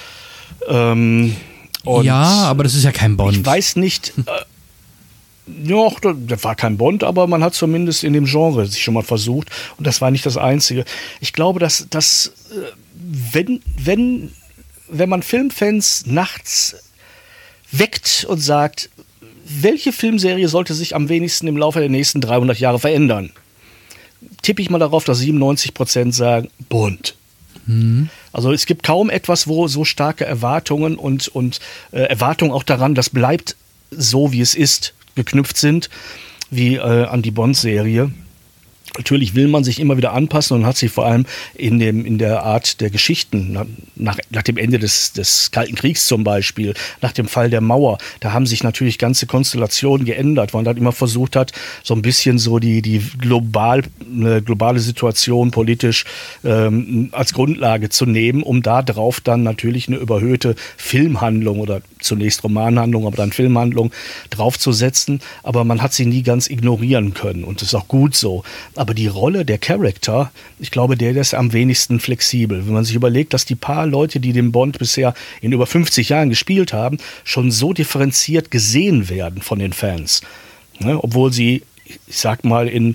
Ähm, und ja, aber das ist ja kein Bond. Ich weiß nicht, äh, ja, das war kein Bond, aber man hat zumindest in dem Genre sich schon mal versucht und das war nicht das Einzige. Ich glaube, dass, dass wenn, wenn, wenn man Filmfans nachts weckt und sagt, welche Filmserie sollte sich am wenigsten im Laufe der nächsten dreihundert Jahre verändern, tippe ich mal darauf, dass siebenundneunzig Prozent sagen, Bond. Mhm. Also es gibt kaum etwas, wo so starke Erwartungen und, und äh, Erwartungen auch daran, das bleibt so, wie es ist, geknüpft sind, wie äh, an die Bond-Serie. Natürlich will man sich immer wieder anpassen und hat sich vor allem in, dem, in der Art der Geschichten, nach, nach, nach dem Ende des, des Kalten Kriegs zum Beispiel, nach dem Fall der Mauer, da haben sich natürlich ganze Konstellationen geändert, weil man dann immer versucht hat, so ein bisschen so die, die global, eine globale Situation politisch ähm, als Grundlage zu nehmen, um da drauf dann natürlich eine überhöhte Filmhandlung oder zunächst Romanhandlung, aber dann Filmhandlung draufzusetzen. Aber man hat sie nie ganz ignorieren können und das ist auch gut so. Aber die Rolle der Charakter, ich glaube, der ist am wenigsten flexibel. Wenn man sich überlegt, dass die paar Leute, die den Bond bisher in über fünfzig Jahren gespielt haben, schon so differenziert gesehen werden von den Fans. Ne? Obwohl sie, ich sag mal, in,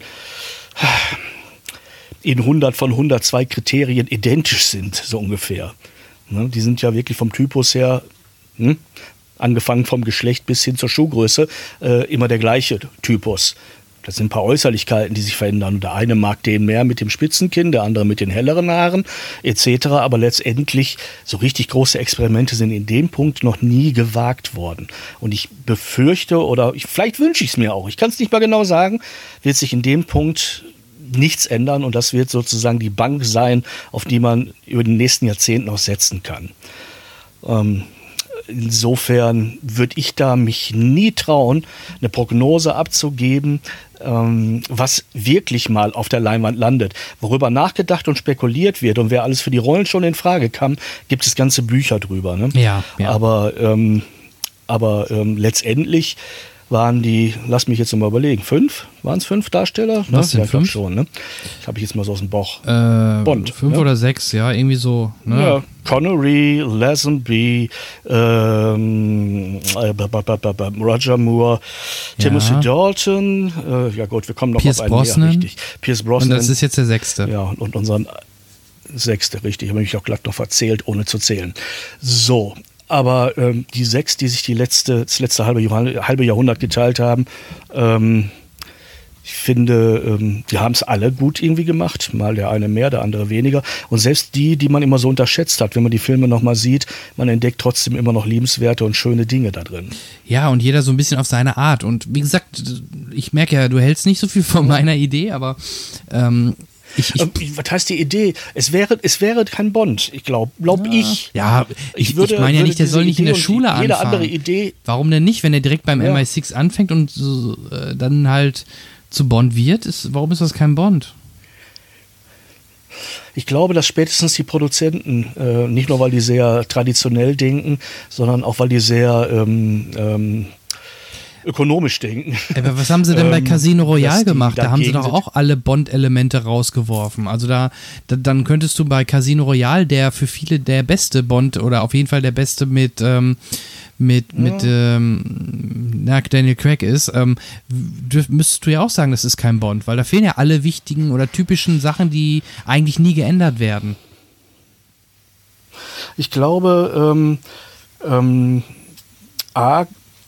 in hundert von hundertzwei Kriterien identisch sind, so ungefähr. Ne? Die sind ja wirklich vom Typus her, hm, angefangen vom Geschlecht bis hin zur Schuhgröße, äh, immer der gleiche Typus. Das sind ein paar Äußerlichkeiten, die sich verändern. Und der eine mag den mehr mit dem Spitzenkinn, der andere mit den helleren Haaren et cetera. Aber letztendlich so richtig große Experimente sind in dem Punkt noch nie gewagt worden. Und ich befürchte, oder ich, vielleicht wünsche ich es mir auch, ich kann es nicht mal genau sagen, wird sich in dem Punkt nichts ändern. Und das wird sozusagen die Bank sein, auf die man über die nächsten Jahrzehnte noch setzen kann. Ähm, Insofern würde ich da mich nie trauen, eine Prognose abzugeben, ähm, was wirklich mal auf der Leinwand landet. Worüber nachgedacht und spekuliert wird und wer alles für die Rollen schon in Frage kam, gibt es ganze Bücher drüber. Ne? Ja, ja. Aber, ähm, aber ähm, letztendlich waren die, lass mich jetzt mal überlegen, fünf? Waren es fünf Darsteller? Was sind ja, fünf? Schon, ne? Das habe ich jetzt mal so aus dem Bauch. Äh, Bond. Fünf ne? oder sechs, ja, irgendwie so. Ne? Ja, Connery, Lazenby, ähm, äh, b- b- b- b- Roger Moore, Ja. Timothy Dalton, äh, ja gut, wir kommen noch Pierce auf einen Brosnan. mehr, richtig. Pierce Und Brosnan. das ist jetzt der sechste. Ja, und, und unseren sechste, richtig. Habe mich auch glatt noch verzählt, ohne zu zählen. So. Aber ähm, die sechs, die sich die letzte, das letzte halbe, Jahrh- halbe Jahrhundert geteilt haben, ähm, ich finde, ähm, die haben es alle gut irgendwie gemacht. Mal der eine mehr, der andere weniger. Und selbst die, die man immer so unterschätzt hat, wenn man die Filme nochmal sieht, man entdeckt trotzdem immer noch liebenswerte und schöne Dinge da drin. Ja, und jeder so ein bisschen auf seine Art. Und wie gesagt, ich merke ja, du hältst nicht so viel von meiner Idee, aber ähm, ich, ich, Ähm, Was heißt die Idee? Es wäre, es wäre kein Bond, ich glaube, glaube ich. ja, ich, ich, würde- meine ja würde nicht, der diese soll nicht in der Idee und Schule jede anfangen. andere Idee- Warum denn nicht, wenn er direkt beim Ja. M I sechs anfängt und so, äh, dann halt zu Bond wird? Ist, warum ist das kein Bond? Ich glaube, dass spätestens die Produzenten, äh, nicht nur weil die sehr traditionell denken, sondern auch weil die sehr ähm, ähm, ökonomisch denken. Aber was haben sie denn bei Ähm, Casino Royale dass die gemacht? Da haben sie dagegen doch auch alle Bond-Elemente rausgeworfen. Also da, da, dann könntest du bei Casino Royale, der für viele der beste Bond oder auf jeden Fall der beste mit, ähm, mit, mit ähm, na, Daniel Craig ist, ähm, dürf, müsstest du ja auch sagen, das ist kein Bond, weil da fehlen ja alle wichtigen oder typischen Sachen, die eigentlich nie geändert werden. Ich glaube, ähm, ähm, A,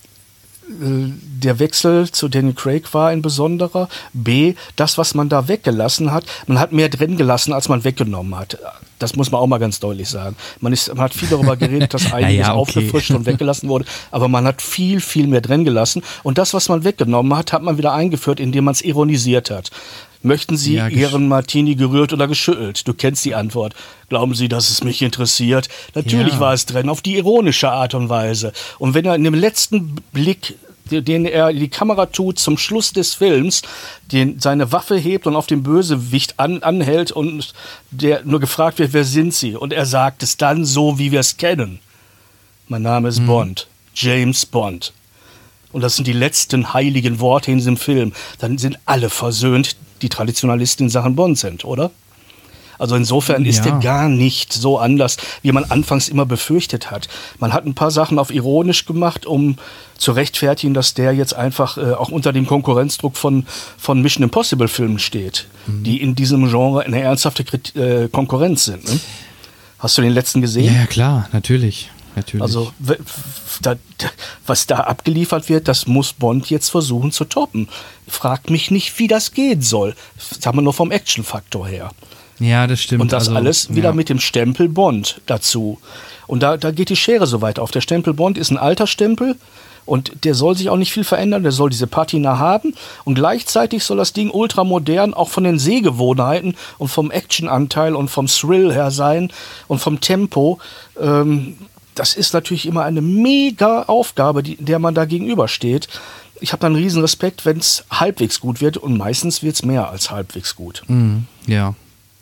der Wechsel zu Daniel Craig war ein besonderer. B, das, was man da weggelassen hat, man hat mehr drin gelassen, als man weggenommen hat. Das muss man auch mal ganz deutlich sagen. Man, ist, man hat viel darüber geredet, dass einiges ja, okay. aufgefrischt und weggelassen wurde, aber man hat viel, viel mehr drin gelassen. Und das, was man weggenommen hat, hat man wieder eingeführt, indem man es ironisiert hat. Möchten Sie Ja, gesch- Ihren Martini gerührt oder geschüttelt? Du kennst die Antwort. Glauben Sie, dass es mich interessiert? Natürlich Ja. war es drin, auf die ironische Art und Weise. Und wenn er in dem letzten Blick, den er in die Kamera tut, zum Schluss des Films, den, seine Waffe hebt und auf den Bösewicht an, anhält und der nur gefragt wird, wer sind Sie? Und er sagt es dann so, wie wir es kennen. Mein Name ist Bond. James Bond. Und das sind die letzten heiligen Worte in diesem Film. Dann sind alle versöhnt, die Traditionalisten in Sachen Bond sind, oder? Also insofern ist Ja. er gar nicht so anders, wie man anfangs immer befürchtet hat. Man hat ein paar Sachen auf ironisch gemacht, um zu rechtfertigen, dass der jetzt einfach äh, auch unter dem Konkurrenzdruck von, von Mission Impossible Filmen steht, Mhm. die in diesem Genre eine ernsthafte Krit äh, Konkurrenz sind. Ne? Hast du den letzten gesehen? Ja, ja, klar, natürlich. natürlich. Also, w- w- da, was da abgeliefert wird, das muss Bond jetzt versuchen zu toppen. Fragt mich nicht, wie das gehen soll. Sagen wir nur vom Action-Faktor her. ja, das stimmt. Und das also, alles wieder ja. mit dem Stempel Bond dazu. Und da, da geht die Schere so weit auf. Der Stempel Bond ist ein alter Stempel und der soll sich auch nicht viel verändern. Der soll diese Patina haben und gleichzeitig soll das Ding ultramodern auch von den Sehgewohnheiten und vom Actionanteil und vom Thrill her sein und vom Tempo. Ähm, das ist natürlich immer eine mega Aufgabe, die, der man da gegenübersteht. Ich habe dann einen riesen Respekt, wenn es halbwegs gut wird und meistens wird es mehr als halbwegs gut. Mhm, ja.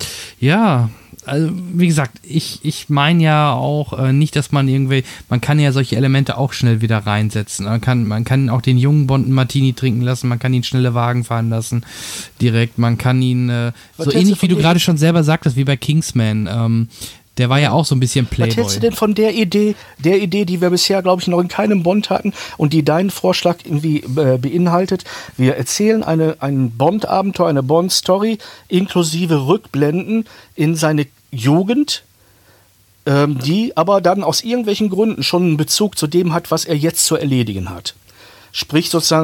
Ja, also wie gesagt, ich, ich meine ja auch äh, nicht, dass man irgendwie, man kann ja solche Elemente auch schnell wieder reinsetzen. Man kann, man kann auch den jungen Bond einen Martini trinken lassen, man kann ihn schnelle Wagen fahren lassen, direkt, man kann ihn, äh, Was so hältst du ähnlich wie von du dem? gerade schon selber sagtest, wie bei Kingsman, ähm, der war ja auch so ein bisschen Was Playboy. hältst du denn von der Idee, der Idee, die wir bisher, glaube ich, noch in keinem Bond hatten und die deinen Vorschlag irgendwie äh, beinhaltet? Wir erzählen eine, ein Bond-Abenteuer, eine Bond-Story inklusive Rückblenden in seine Jugend, ähm, die aber dann aus irgendwelchen Gründen schon einen Bezug zu dem hat, was er jetzt zu erledigen hat. Sprich sozusagen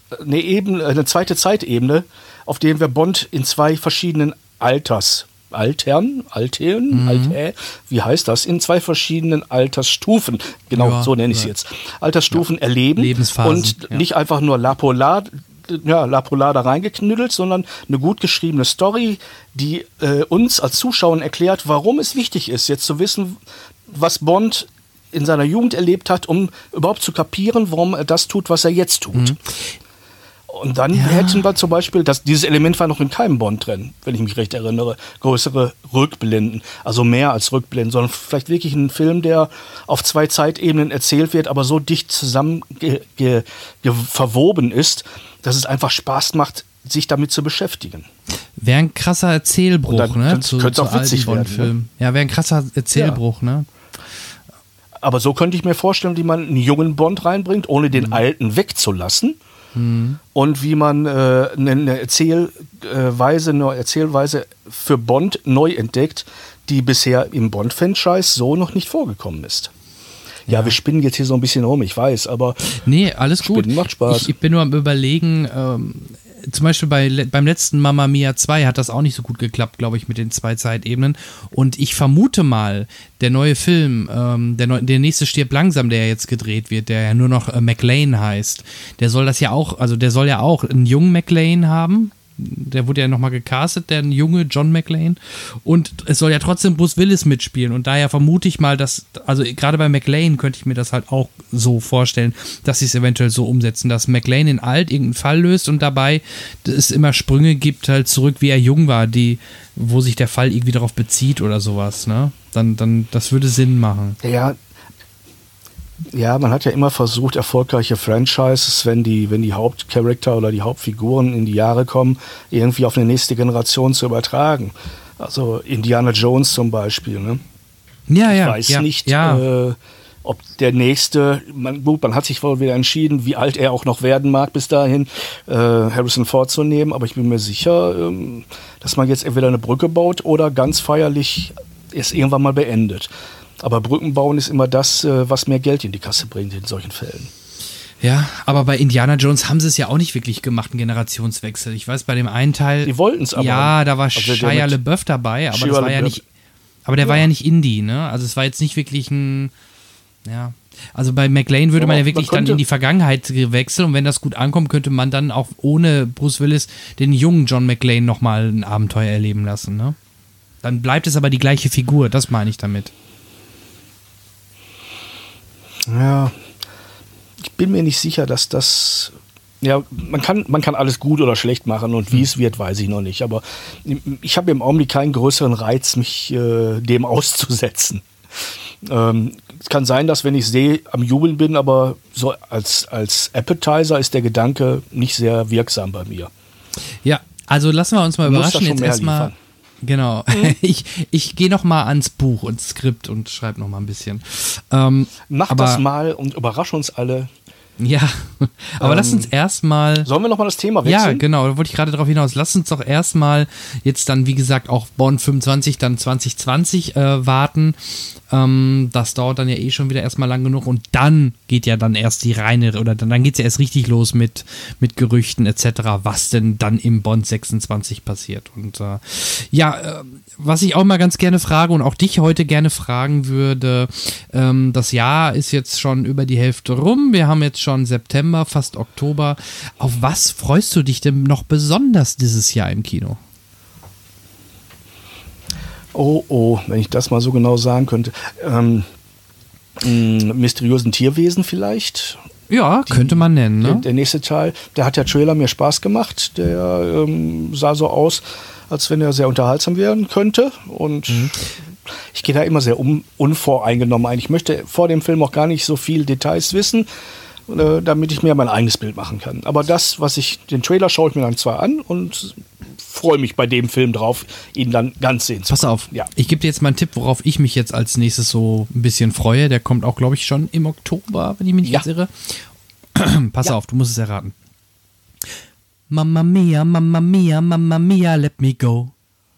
eine Ebene, eine zweite Zeitebene, auf der wir Bond in zwei verschiedenen Alters, Altern, Altern, mhm. Alter, wie heißt das? In zwei verschiedenen Altersstufen, genau, ja, so nenne ich es ja. jetzt, Altersstufen ja. erleben. Lebensphasen, und ja. nicht einfach nur La Polar, ja, La Polar da reingeknüttelt, sondern eine gut geschriebene Story, die äh, uns als Zuschauern erklärt, warum es wichtig ist, jetzt zu wissen, was Bond in seiner Jugend erlebt hat, um überhaupt zu kapieren, warum er das tut, was er jetzt tut. Mhm. Und dann ja. hätten wir zum Beispiel, das, dieses Element war noch in keinem Bond drin, wenn ich mich recht erinnere, größere Rückblenden, also mehr als Rückblenden, sondern vielleicht wirklich ein Film, der auf zwei Zeitebenen erzählt wird, aber so dicht zusammen ge, ge, ge, verwoben ist, dass es einfach Spaß macht, sich damit zu beschäftigen. Wäre ein krasser Erzählbruch, dann, ne? Könnte, zu, könnte zu auch witzig werden. Ne? Ja, wäre ein krasser Erzählbruch, ja. ne? Aber so könnte ich mir vorstellen, wie man einen jungen Bond reinbringt, ohne den mhm. alten wegzulassen. Mhm. Und wie man äh, eine Erzählweise, eine Erzählweise für Bond neu entdeckt, die bisher im Bond-Franchise so noch nicht vorgekommen ist. Ja, ja, wir spinnen jetzt hier so ein bisschen rum, ich weiß, aber nee, alles gut. Spinnen macht Spaß. Ich, ich bin nur am Überlegen, ähm, zum Beispiel bei, beim letzten Mamma Mia zwei hat das auch nicht so gut geklappt, glaube ich, mit den zwei Zeitebenen. Und ich vermute mal, der neue Film, ähm, der, neu, der nächste Stirb langsam, der ja jetzt gedreht wird, der ja nur noch äh, McLean heißt, der soll das ja auch, also der soll ja auch einen jungen McLean haben. Der wurde ja nochmal gecastet, der junge John McClane. Und es soll ja trotzdem Bruce Willis mitspielen. Und daher vermute ich mal, dass, also gerade bei McClane könnte ich mir das halt auch so vorstellen, dass sie es eventuell so umsetzen, dass McClane in alt irgendeinen Fall löst und dabei es immer Sprünge gibt, halt zurück, wie er jung war, die, wo sich der Fall irgendwie darauf bezieht oder sowas, ne? Dann, dann, das würde Sinn machen. Ja. Ja, man hat ja immer versucht, erfolgreiche Franchises, wenn die, wenn die Hauptcharakter oder die Hauptfiguren in die Jahre kommen, irgendwie auf eine nächste Generation zu übertragen. Also Indiana Jones zum Beispiel. Ne? Ja, ja. Ich weiß ja, nicht, ja. Äh, ob der nächste, man, gut, man hat sich wohl wieder entschieden, wie alt er auch noch werden mag bis dahin, äh, Harrison Ford zu nehmen, aber ich bin mir sicher, ähm, dass man jetzt entweder eine Brücke baut oder ganz feierlich es irgendwann mal beendet. Aber Brücken bauen ist immer das, was mehr Geld in die Kasse bringt in solchen Fällen. Ja, aber bei Indiana Jones haben sie es ja auch nicht wirklich gemacht, einen Generationswechsel. Ich weiß, bei dem einen Teil... Die wollten es aber. Ja, da war also Shia LaBeouf dabei, aber Shia das war ja nicht... Aber der ja. war ja nicht Indie, ne? Also es war jetzt nicht wirklich ein... Ja... Also bei McClane würde man ja wirklich man dann in die Vergangenheit wechseln und wenn das gut ankommt, könnte man dann auch ohne Bruce Willis den jungen John McClane nochmal ein Abenteuer erleben lassen, ne? Dann bleibt es aber die gleiche Figur, das meine ich damit. Ja, ich bin mir nicht sicher, dass das, ja, man kann, man kann alles gut oder schlecht machen und wie es wird, weiß ich noch nicht, aber ich habe im Augenblick keinen größeren Reiz, mich äh, dem auszusetzen. Ähm, es kann sein, dass wenn ich sehe, am Jubeln bin, aber so als, als Appetizer ist der Gedanke nicht sehr wirksam bei mir. Ja, also lassen wir uns mal überraschen, jetzt erstmal. Liefern. Genau. Mhm. Ich, ich gehe noch mal ans Buch und Skript und schreibe noch mal ein bisschen. Ähm, Mach aber, das mal und überrasch uns alle. Ja, aber ähm, lass uns erstmal... Sollen wir noch mal das Thema wechseln? Ja, genau, da wollte ich gerade darauf hinaus. Lass uns doch erstmal jetzt dann, wie gesagt, auch Bond fünfundzwanzig, dann zwanzig zwanzig äh, warten. Ähm, das dauert dann ja eh schon wieder erstmal lang genug und dann geht ja dann erst die reine, oder dann, dann geht es ja erst richtig los mit, mit Gerüchten et cetera, was denn dann im Bond sechsundzwanzig passiert. Und äh, ja, äh, was ich auch mal ganz gerne frage und auch dich heute gerne fragen würde, ähm, das Jahr ist jetzt schon über die Hälfte rum, wir haben jetzt schon September, fast Oktober. Auf was freust du dich denn noch besonders dieses Jahr im Kino? Oh, oh, wenn ich das mal so genau sagen könnte. Ähm, mh, mysteriösen Tierwesen vielleicht? Ja, Die, könnte man nennen. Ne? Der, der nächste Teil, der hat der Trailer mir Spaß gemacht. Der ähm, sah so aus, als wenn er sehr unterhaltsam werden könnte. Und mhm. ich gehe da immer sehr um, unvoreingenommen ein. Ich möchte vor dem Film auch gar nicht so viel Details wissen, äh, damit ich mir mein eigenes Bild machen kann. Aber das, was ich, den Trailer schaue ich mir dann zwar an und freue mich bei dem Film drauf, ihn dann ganz sehen zu können. Pass auf, ja. Ich gebe dir jetzt mal einen Tipp, worauf ich mich jetzt als nächstes so ein bisschen freue. Der kommt auch, glaube ich, schon im Oktober, wenn ich mich nicht ja. irre. Pass ja. auf, du musst es erraten. Mamma mia, Mamma mia, Mamma mia, let me go.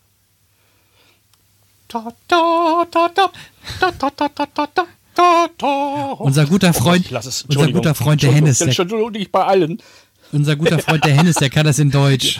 Da, da, da, da, da, da, da, da, da, da, da. Unser guter Freund, Oh, lass es. unser guter Freund der Hennes. Entschuldigung, nicht bei allen. Unser guter Freund der Hennis, der kann das in Deutsch.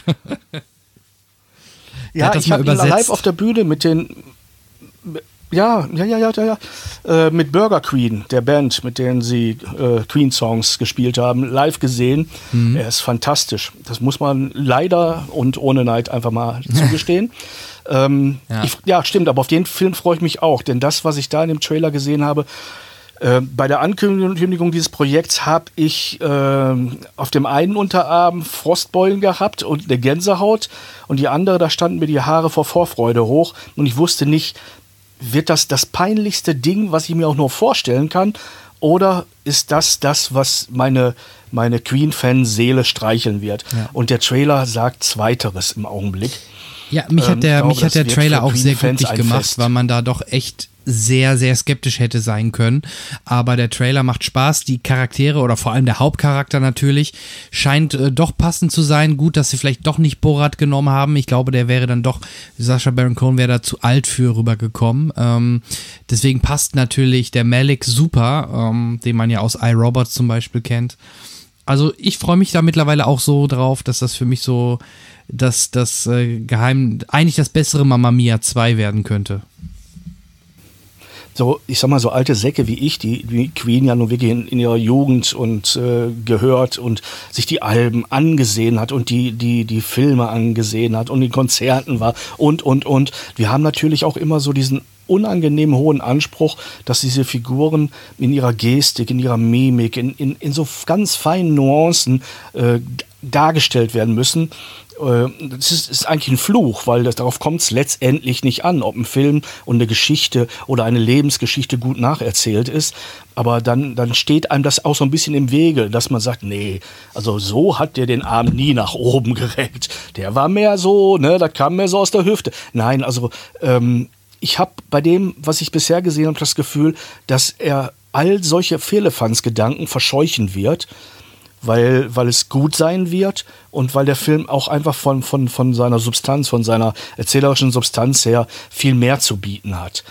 Ja, ich habe ihn live auf der Bühne mit den, ja, ja, ja, ja, ja, äh, mit Burger Queen, der Band, mit denen sie äh, Queen-Songs gespielt haben, live gesehen. Mhm. Er ist fantastisch. Das muss man leider und ohne Neid einfach mal zugestehen. ähm, ja. Ich, ja, stimmt, aber auf den Film freue ich mich auch, denn das, was ich da in dem Trailer gesehen habe, Äh, bei der Ankündigung dieses Projekts habe ich äh, auf dem einen Unterarm Frostbeulen gehabt und eine Gänsehaut und die andere, da standen mir die Haare vor Vorfreude hoch und ich wusste nicht, wird das das peinlichste Ding, was ich mir auch nur vorstellen kann, oder ist das das, was meine, meine Queen-Fan-Seele streicheln wird? Ja. Und der Trailer sagt Zweiteres im Augenblick. Ja, mich hat der, ähm, glaube, mich hat der Trailer auch sehr glücklich gemacht, Fest. weil man da doch echt sehr, sehr skeptisch hätte sein können. Aber der Trailer macht Spaß. Die Charaktere oder vor allem der Hauptcharakter natürlich scheint äh, doch passend zu sein. Gut, dass sie vielleicht doch nicht Borat genommen haben. Ich glaube, der wäre dann doch, Sacha Baron Cohen wäre da zu alt für rübergekommen. Ähm, deswegen passt natürlich der Malik super, ähm, den man ja aus iRobot zum Beispiel kennt. Also ich freue mich da mittlerweile auch so drauf, dass das für mich so das, das äh, Geheim, eigentlich das bessere Mamma Mia zwei werden könnte. So, ich sag mal, so alte Säcke wie ich, die, die Queen ja nun wirklich in, in ihrer Jugend und äh, gehört und sich die Alben angesehen hat und die, die, die Filme angesehen hat und in Konzerten war und, und, und. Wir haben natürlich auch immer so diesen unangenehm hohen Anspruch, dass diese Figuren in ihrer Gestik, in ihrer Mimik, in, in, in so ganz feinen Nuancen äh, dargestellt werden müssen. Das ist, ist eigentlich ein Fluch, weil das, darauf kommt es letztendlich nicht an, ob ein Film und eine Geschichte oder eine Lebensgeschichte gut nacherzählt ist. Aber dann, dann steht einem das auch so ein bisschen im Wege, dass man sagt, nee, also so hat der den Arm nie nach oben gereckt. Der war mehr so, ne, das kam mehr so aus der Hüfte. Nein, also ähm, ich habe bei dem, was ich bisher gesehen habe, das Gefühl, dass er all solche Firlefanz-Gedanken verscheuchen wird, weil, weil es gut sein wird und weil der Film auch einfach von, von, von seiner Substanz, von seiner erzählerischen Substanz her viel mehr zu bieten hat.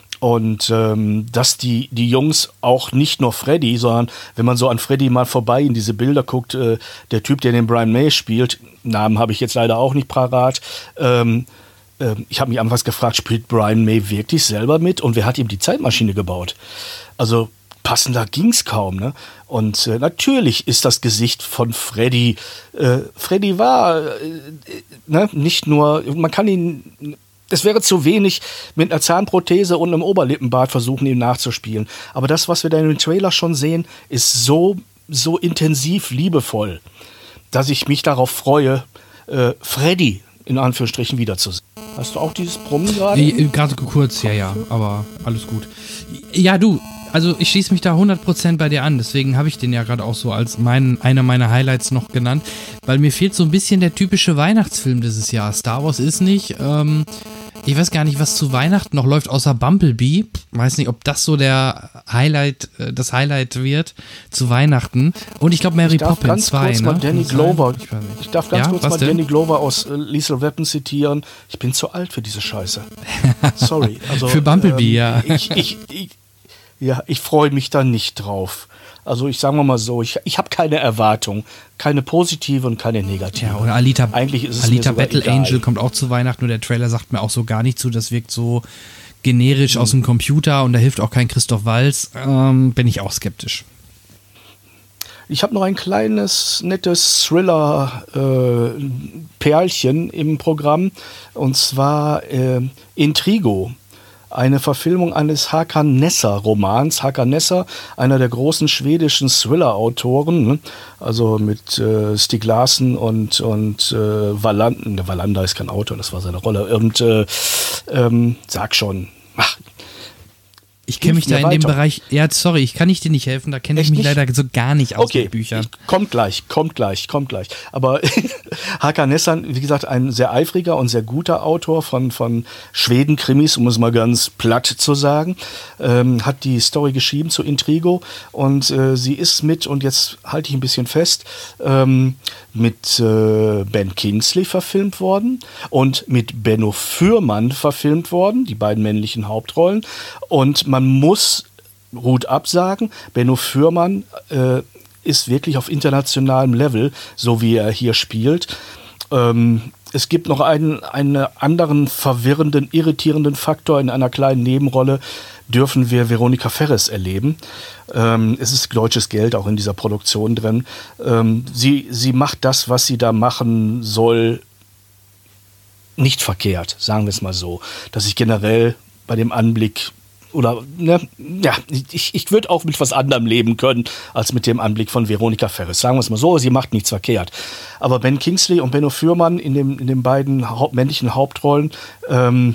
Und ähm, dass die, die Jungs auch nicht nur Freddy, sondern wenn man so an Freddy mal vorbei in diese Bilder guckt, äh, der Typ, der den Brian May spielt, Namen habe ich jetzt leider auch nicht parat, ähm, äh, ich habe mich anfangs gefragt, spielt Brian May wirklich selber mit und wer hat ihm die Zeitmaschine gebaut? Also passender ging's kaum, ne? Und äh, natürlich ist das Gesicht von Freddy, äh, Freddy war äh, ne, nicht nur, man kann ihn, es wäre zu wenig mit einer Zahnprothese und einem Oberlippenbart versuchen, ihn nachzuspielen. Aber das, was wir da in dem Trailer schon sehen, ist so, so intensiv liebevoll, dass ich mich darauf freue, äh, Freddy in Anführungsstrichen wiederzusehen. Hast du auch dieses Brummen gerade? Gerade kurz, ja, ja, aber alles gut. Ja, du, also ich schließe mich da hundert Prozent bei dir an, deswegen habe ich den ja gerade auch so als mein, einer meiner Highlights noch genannt, weil mir fehlt so ein bisschen der typische Weihnachtsfilm dieses Jahr. Star Wars ist nicht, ähm, ich weiß gar nicht, was zu Weihnachten noch läuft, außer Bumblebee. Weiß nicht, ob das so der Highlight, äh, das Highlight wird zu Weihnachten. Und ich glaube Mary Poppins zwei, ne? Danny Glover. Ich, ich darf ganz ja, kurz mal denn? Danny Glover aus äh, Lethal Weapon zitieren. Ich bin zu alt für diese Scheiße. Sorry. Also, für Bumblebee, ähm, ja. Ich, ich, ich, ja, ich freue mich da nicht drauf. Also ich sage mal so, ich, ich habe keine Erwartung, keine positive und keine negative. Ja, oder Alita, Eigentlich ist es Alita mir Battle egal. Angel kommt auch zu Weihnachten, nur der Trailer sagt mir auch so gar nicht zu, das wirkt so generisch mhm. aus dem Computer und da hilft auch kein Christoph Waltz, ähm, bin ich auch skeptisch. Ich habe noch ein kleines, nettes Thriller-Perlchen äh, im Programm, und zwar äh, Intrigo. Eine Verfilmung eines Hakan Nesser-Romans. Hakan Nesser, einer der großen schwedischen Thriller-Autoren, ne? Also mit äh, Stieg Larsson und, und äh, Wallander. Wallander ist kein Autor, das war seine Rolle. Und äh, ähm, sag schon, ach, ich kenne mich da in weiter. dem Bereich, ja, sorry, ich kann nicht dir nicht helfen, da kenne ich mich nicht? leider so gar nicht aus okay. den Büchern. Ich, kommt gleich, kommt gleich, kommt gleich. Aber Hakan Nesser, wie gesagt, ein sehr eifriger und sehr guter Autor von, von Schweden-Krimis, um es mal ganz platt zu sagen, ähm, hat die Story geschrieben zu Intrigo und äh, sie ist mit, und jetzt halte ich ein bisschen fest, ähm, mit äh, Ben Kingsley verfilmt worden und mit Benno Fürmann verfilmt worden, die beiden männlichen Hauptrollen, und man muss Hut ab sagen, Benno Fürmann äh, ist wirklich auf internationalem Level, so wie er hier spielt. Ähm, es gibt noch einen, einen anderen verwirrenden, irritierenden Faktor. In einer kleinen Nebenrolle dürfen wir Veronika Ferres erleben. Ähm, es ist deutsches Geld auch in dieser Produktion drin. Ähm, sie, sie macht das, was sie da machen soll, nicht verkehrt, sagen wir es mal so. Dass ich generell bei dem Anblick oder, ne, ja, ich, ich würde auch mit was anderem leben können, als mit dem Anblick von Veronika Ferres. Sagen wir es mal so, sie macht nichts verkehrt. Aber Ben Kingsley und Benno Fürmann in, dem, in den beiden Haupt, männlichen Hauptrollen ähm,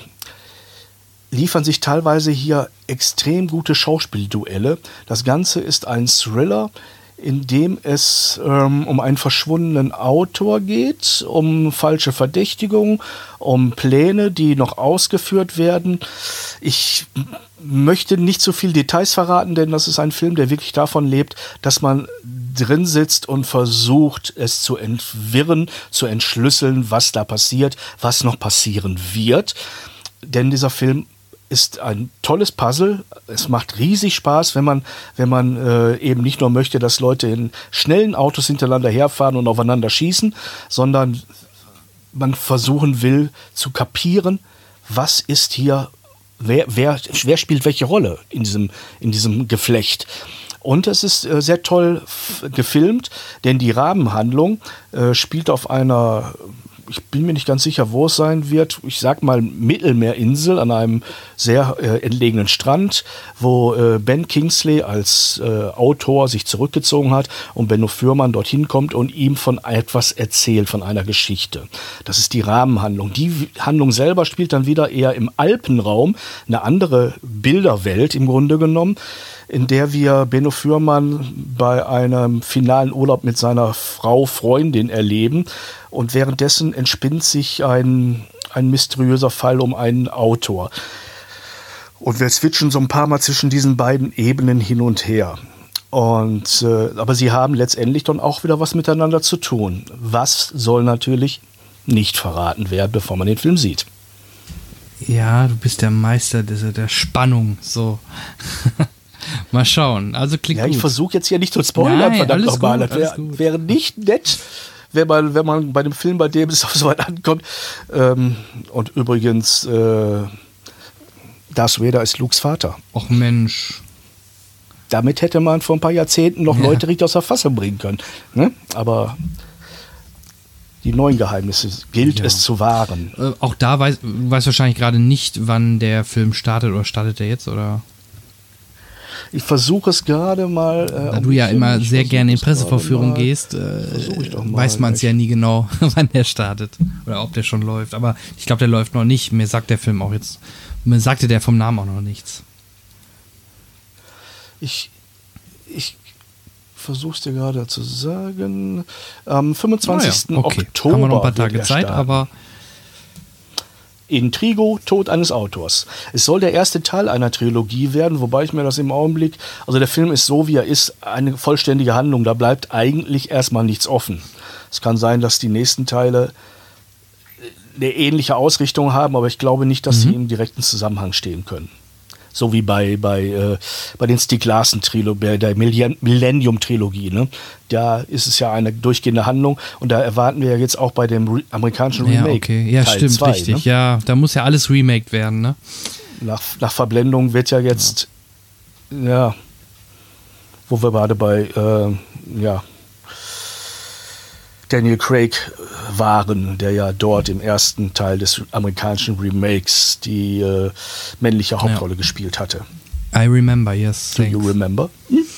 liefern sich teilweise hier extrem gute Schauspielduelle. Das Ganze ist ein Thriller, in dem es ähm, um einen verschwundenen Autor geht, um falsche Verdächtigungen, um Pläne, die noch ausgeführt werden. Ich möchte nicht so viel Details verraten, denn das ist ein Film, der wirklich davon lebt, dass man drin sitzt und versucht, es zu entwirren, zu entschlüsseln, was da passiert, was noch passieren wird. Denn dieser Film ist ein tolles Puzzle. Es macht riesig Spaß, wenn man, wenn man äh, eben nicht nur möchte, dass Leute in schnellen Autos hintereinander herfahren und aufeinander schießen, sondern man versuchen will zu kapieren, was ist hier, wer, wer, wer spielt welche Rolle in diesem, in diesem Geflecht. Und es ist äh, sehr toll f- gefilmt, denn die Rahmenhandlung äh, spielt auf einer, ich bin mir nicht ganz sicher, wo es sein wird, ich sag mal Mittelmeerinsel an einem sehr äh, entlegenen Strand, wo äh, Ben Kingsley als äh, Autor sich zurückgezogen hat und Benno Fürmann dorthin kommt und ihm von etwas erzählt, von einer Geschichte. Das ist die Rahmenhandlung. Die Handlung selber spielt dann wieder eher im Alpenraum, eine andere Bilderwelt im Grunde genommen, in der wir Benno Fürmann bei einem finalen Urlaub mit seiner Frau, Freundin erleben. Und währenddessen entspinnt sich ein, ein mysteriöser Fall um einen Autor. Und wir switchen so ein paar Mal zwischen diesen beiden Ebenen hin und her. Und, äh, aber sie haben letztendlich dann auch wieder was miteinander zu tun. Was soll natürlich nicht verraten werden, bevor man den Film sieht. Ja, du bist der Meister der, der Spannung, so. Mal schauen. Also klingt ja, gut. Ich versuche jetzt hier nicht zu spoilern, Nein, verdammt nochmal. Das wäre wär nicht nett, wenn man, wenn man bei dem Film, bei dem es auf so weit ankommt. Ähm, und übrigens, äh, Darth Vader ist Lukes Vater. Och Mensch. Damit hätte man vor ein paar Jahrzehnten noch Ja. Leute richtig aus der Fassung bringen können. Ne? Aber die neuen Geheimnisse gilt Ja. es zu wahren. Äh, auch da weiß, weiß wahrscheinlich gerade nicht, wann der Film startet, oder startet der jetzt, oder? Ich versuche es gerade mal. Äh, Da du ja immer ich sehr gerne in versuch es Pressevorführungen gerade mal. gehst, äh, Versuch ich doch mal, weiß man es ja nie genau, wann der startet oder ob der schon läuft. Aber ich glaube, der läuft noch nicht. Mir sagt der Film auch jetzt, mir sagte der vom Namen auch noch nichts. Ich, ich versuche es dir gerade zu sagen. Am fünfundzwanzigsten Ah ja, okay. Oktober. Haben wir noch ein paar wird Tage er Zeit, starten. aber Intrigo, Tod eines Autors. Es soll der erste Teil einer Trilogie werden, wobei ich mir das im Augenblick, also der Film ist so, wie er ist, eine vollständige Handlung. Da bleibt eigentlich erstmal nichts offen. Es kann sein, dass die nächsten Teile eine ähnliche Ausrichtung haben, aber ich glaube nicht, dass Mhm. sie im direkten Zusammenhang stehen können. So wie bei, bei, äh, bei den Stieg Larsson-Trilogie, bei der Millenn- Millennium-Trilogie. Ne? Da ist es ja eine durchgehende Handlung und da erwarten wir ja jetzt auch bei dem re- amerikanischen ja, Remake. okay. Ja, Teil stimmt, zwei, richtig. Ne? Ja, da muss ja alles remaked werden, ne? Nach, nach Verblendung wird ja jetzt, ja, ja wo wir gerade bei, äh, ja, Daniel Craig waren, der ja dort im ersten Teil des amerikanischen Remakes die äh, männliche Hauptrolle Ja. gespielt hatte. I remember, yes. Do you thanks. remember?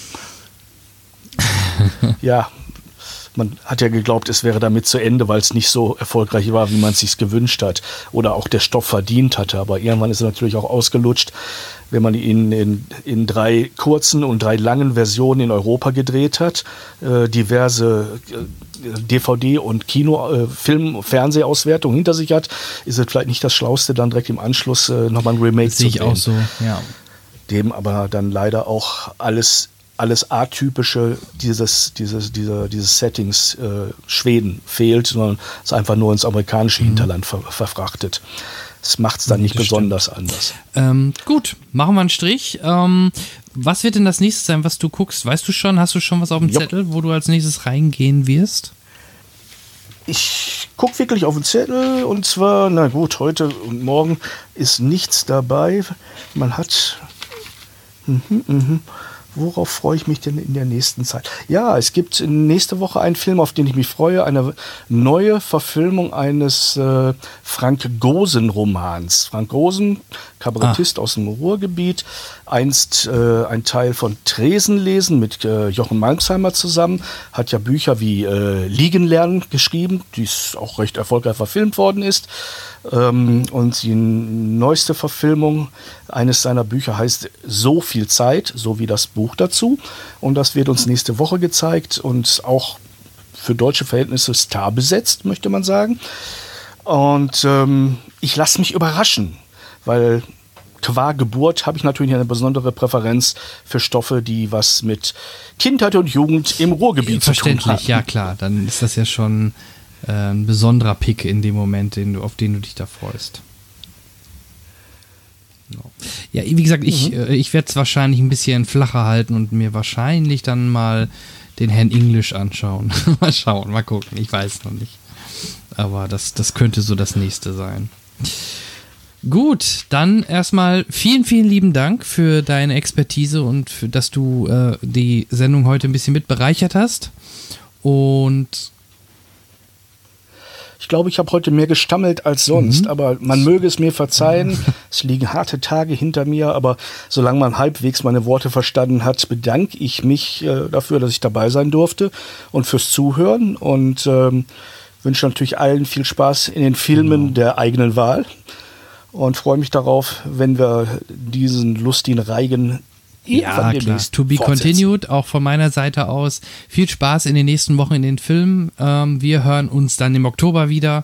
Ja, man hat ja geglaubt, es wäre damit zu Ende, weil es nicht so erfolgreich war, wie man es sich gewünscht hat oder auch der Stoff verdient hatte. Aber irgendwann ist er natürlich auch ausgelutscht, wenn man ihn in, in drei kurzen und drei langen Versionen in Europa gedreht hat, äh, diverse äh, D V D- und Kino-, äh, Film-, Fernsehauswertung hinter sich hat, ist es vielleicht nicht das Schlauste, dann direkt im Anschluss äh, nochmal ein Remake Sehe zu ich drehen. auch so, ja. Dem aber dann leider auch alles alles Atypische dieses, dieses, dieser, dieses Settings äh, Schweden fehlt, sondern es einfach nur ins amerikanische mhm. Hinterland ver verfrachtet. Das macht es dann nicht das besonders stimmt. anders. Ähm, gut, machen wir einen Strich. Ähm, was wird denn das nächste sein, was du guckst? Weißt du schon, hast du schon was auf dem jo. Zettel, wo du als nächstes reingehen wirst? Ich gucke wirklich auf den Zettel und zwar, na gut, heute und morgen ist nichts dabei. Man hat... Mhm, mhm. Worauf freue ich mich denn in der nächsten Zeit? Ja, es gibt nächste Woche einen Film, auf den ich mich freue. Eine neue Verfilmung eines äh, Frank Gosen-Romans. Frank Gosen, Kabarettist ah. aus dem Ruhrgebiet, einst äh, ein Teil von Tresenlesen mit äh, Jochen Malmsheimer zusammen, hat ja Bücher wie äh, Liegen lernen geschrieben, die auch recht erfolgreich verfilmt worden ist. Ähm, und die neueste Verfilmung eines seiner Bücher heißt So viel Zeit, so wie das Buch dazu. Und das wird uns nächste Woche gezeigt und auch für deutsche Verhältnisse starbesetzt, möchte man sagen. Und ähm, ich lasse mich überraschen, weil qua Geburt habe ich natürlich eine besondere Präferenz für Stoffe, die was mit Kindheit und Jugend im Ruhrgebiet zu tun haben. Verständlich, ja klar. Dann ist das ja schon äh, ein besonderer Pick in dem Moment, den du, auf den du dich da freust. Ja, wie gesagt, ich, mhm. äh, ich werde es wahrscheinlich ein bisschen flacher halten und mir wahrscheinlich dann mal den Herrn English anschauen. Mal schauen, mal gucken, ich weiß noch nicht. Aber das, das könnte so das nächste sein. Gut, dann erstmal vielen, vielen lieben Dank für deine Expertise und für, dass du äh, die Sendung heute ein bisschen mit bereichert hast. Und ich glaube, ich habe heute mehr gestammelt als sonst, mhm. aber man möge es mir verzeihen. Es liegen harte Tage hinter mir, aber solange man halbwegs meine Worte verstanden hat, bedanke ich mich äh, dafür, dass ich dabei sein durfte und fürs Zuhören und ähm, wünsche natürlich allen viel Spaß in den Filmen genau. der eigenen Wahl und freue mich darauf, wenn wir diesen lustigen Reigen ja, klar. To be continued, auch von meiner Seite aus. Viel Spaß in den nächsten Wochen in den Filmen. Ähm, wir hören uns dann im Oktober wieder.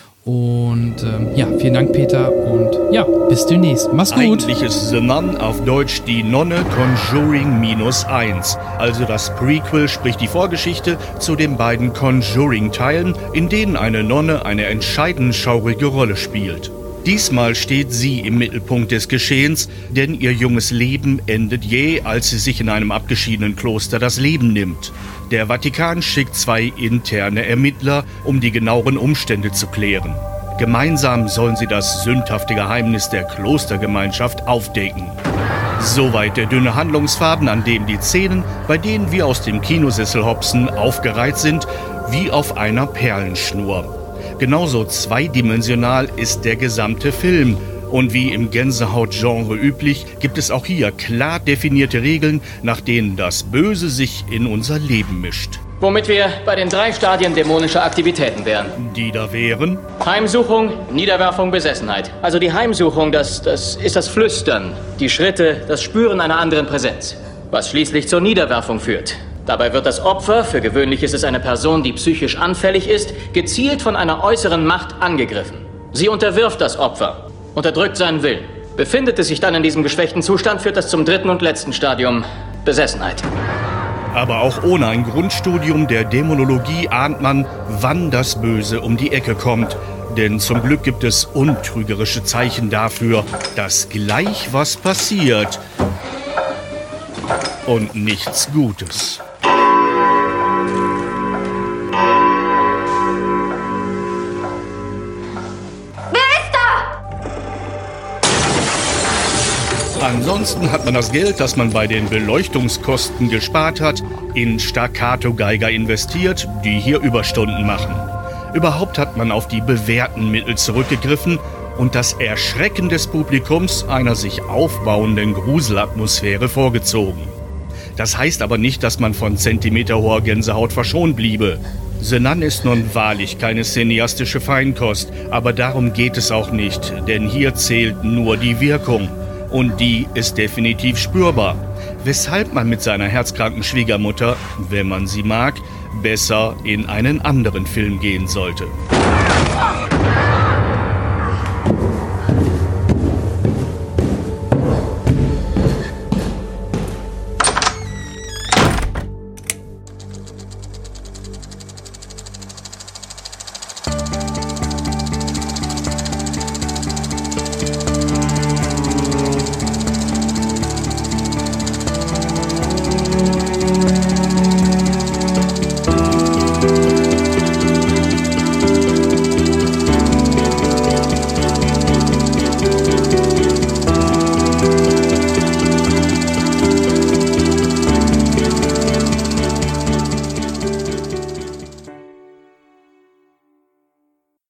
Und ähm, ja, vielen Dank, Peter. Und ja, bis demnächst. Mach's gut. Eigentlich ist The Nun auf Deutsch die Nonne Conjuring minus eins. Also das Prequel, sprich die Vorgeschichte zu den beiden Conjuring-Teilen, in denen eine Nonne eine entscheidend schaurige Rolle spielt. Diesmal steht sie im Mittelpunkt des Geschehens, denn ihr junges Leben endet jäh, als sie sich in einem abgeschiedenen Kloster das Leben nimmt. Der Vatikan schickt zwei interne Ermittler, um die genaueren Umstände zu klären. Gemeinsam sollen sie das sündhafte Geheimnis der Klostergemeinschaft aufdecken. Soweit der dünne Handlungsfaden, an dem die Szenen, bei denen wir aus dem Kinosessel hopsen, aufgereiht sind, wie auf einer Perlenschnur. Genauso zweidimensional ist der gesamte Film. Und wie im Gänsehaut-Genre üblich, gibt es auch hier klar definierte Regeln, nach denen das Böse sich in unser Leben mischt. Womit wir bei den drei Stadien dämonischer Aktivitäten wären. Die da wären? Heimsuchung, Niederwerfung, Besessenheit. Also die Heimsuchung, das, das ist das Flüstern. Die Schritte, das Spüren einer anderen Präsenz. Was schließlich zur Niederwerfung führt. Dabei wird das Opfer, für gewöhnlich ist es eine Person, die psychisch anfällig ist, gezielt von einer äußeren Macht angegriffen. Sie unterwirft das Opfer, unterdrückt seinen Willen. Befindet es sich dann in diesem geschwächten Zustand, führt das zum dritten und letzten Stadium, Besessenheit. Aber auch ohne ein Grundstudium der Dämonologie ahnt man, wann das Böse um die Ecke kommt. Denn zum Glück gibt es untrügerische Zeichen dafür, dass gleich was passiert. Und nichts Gutes. Ansonsten hat man das Geld, das man bei den Beleuchtungskosten gespart hat, in Staccato-Geiger investiert, die hier Überstunden machen. Überhaupt hat man auf die bewährten Mittel zurückgegriffen und das Erschrecken des Publikums einer sich aufbauenden Gruselatmosphäre vorgezogen. Das heißt aber nicht, dass man von zentimeterhoher Gänsehaut verschont bliebe. The Nun ist nun wahrlich keine cineastische Feinkost, aber darum geht es auch nicht, denn hier zählt nur die Wirkung. Und die ist definitiv spürbar, weshalb man mit seiner herzkranken Schwiegermutter, wenn man sie mag, besser in einen anderen Film gehen sollte.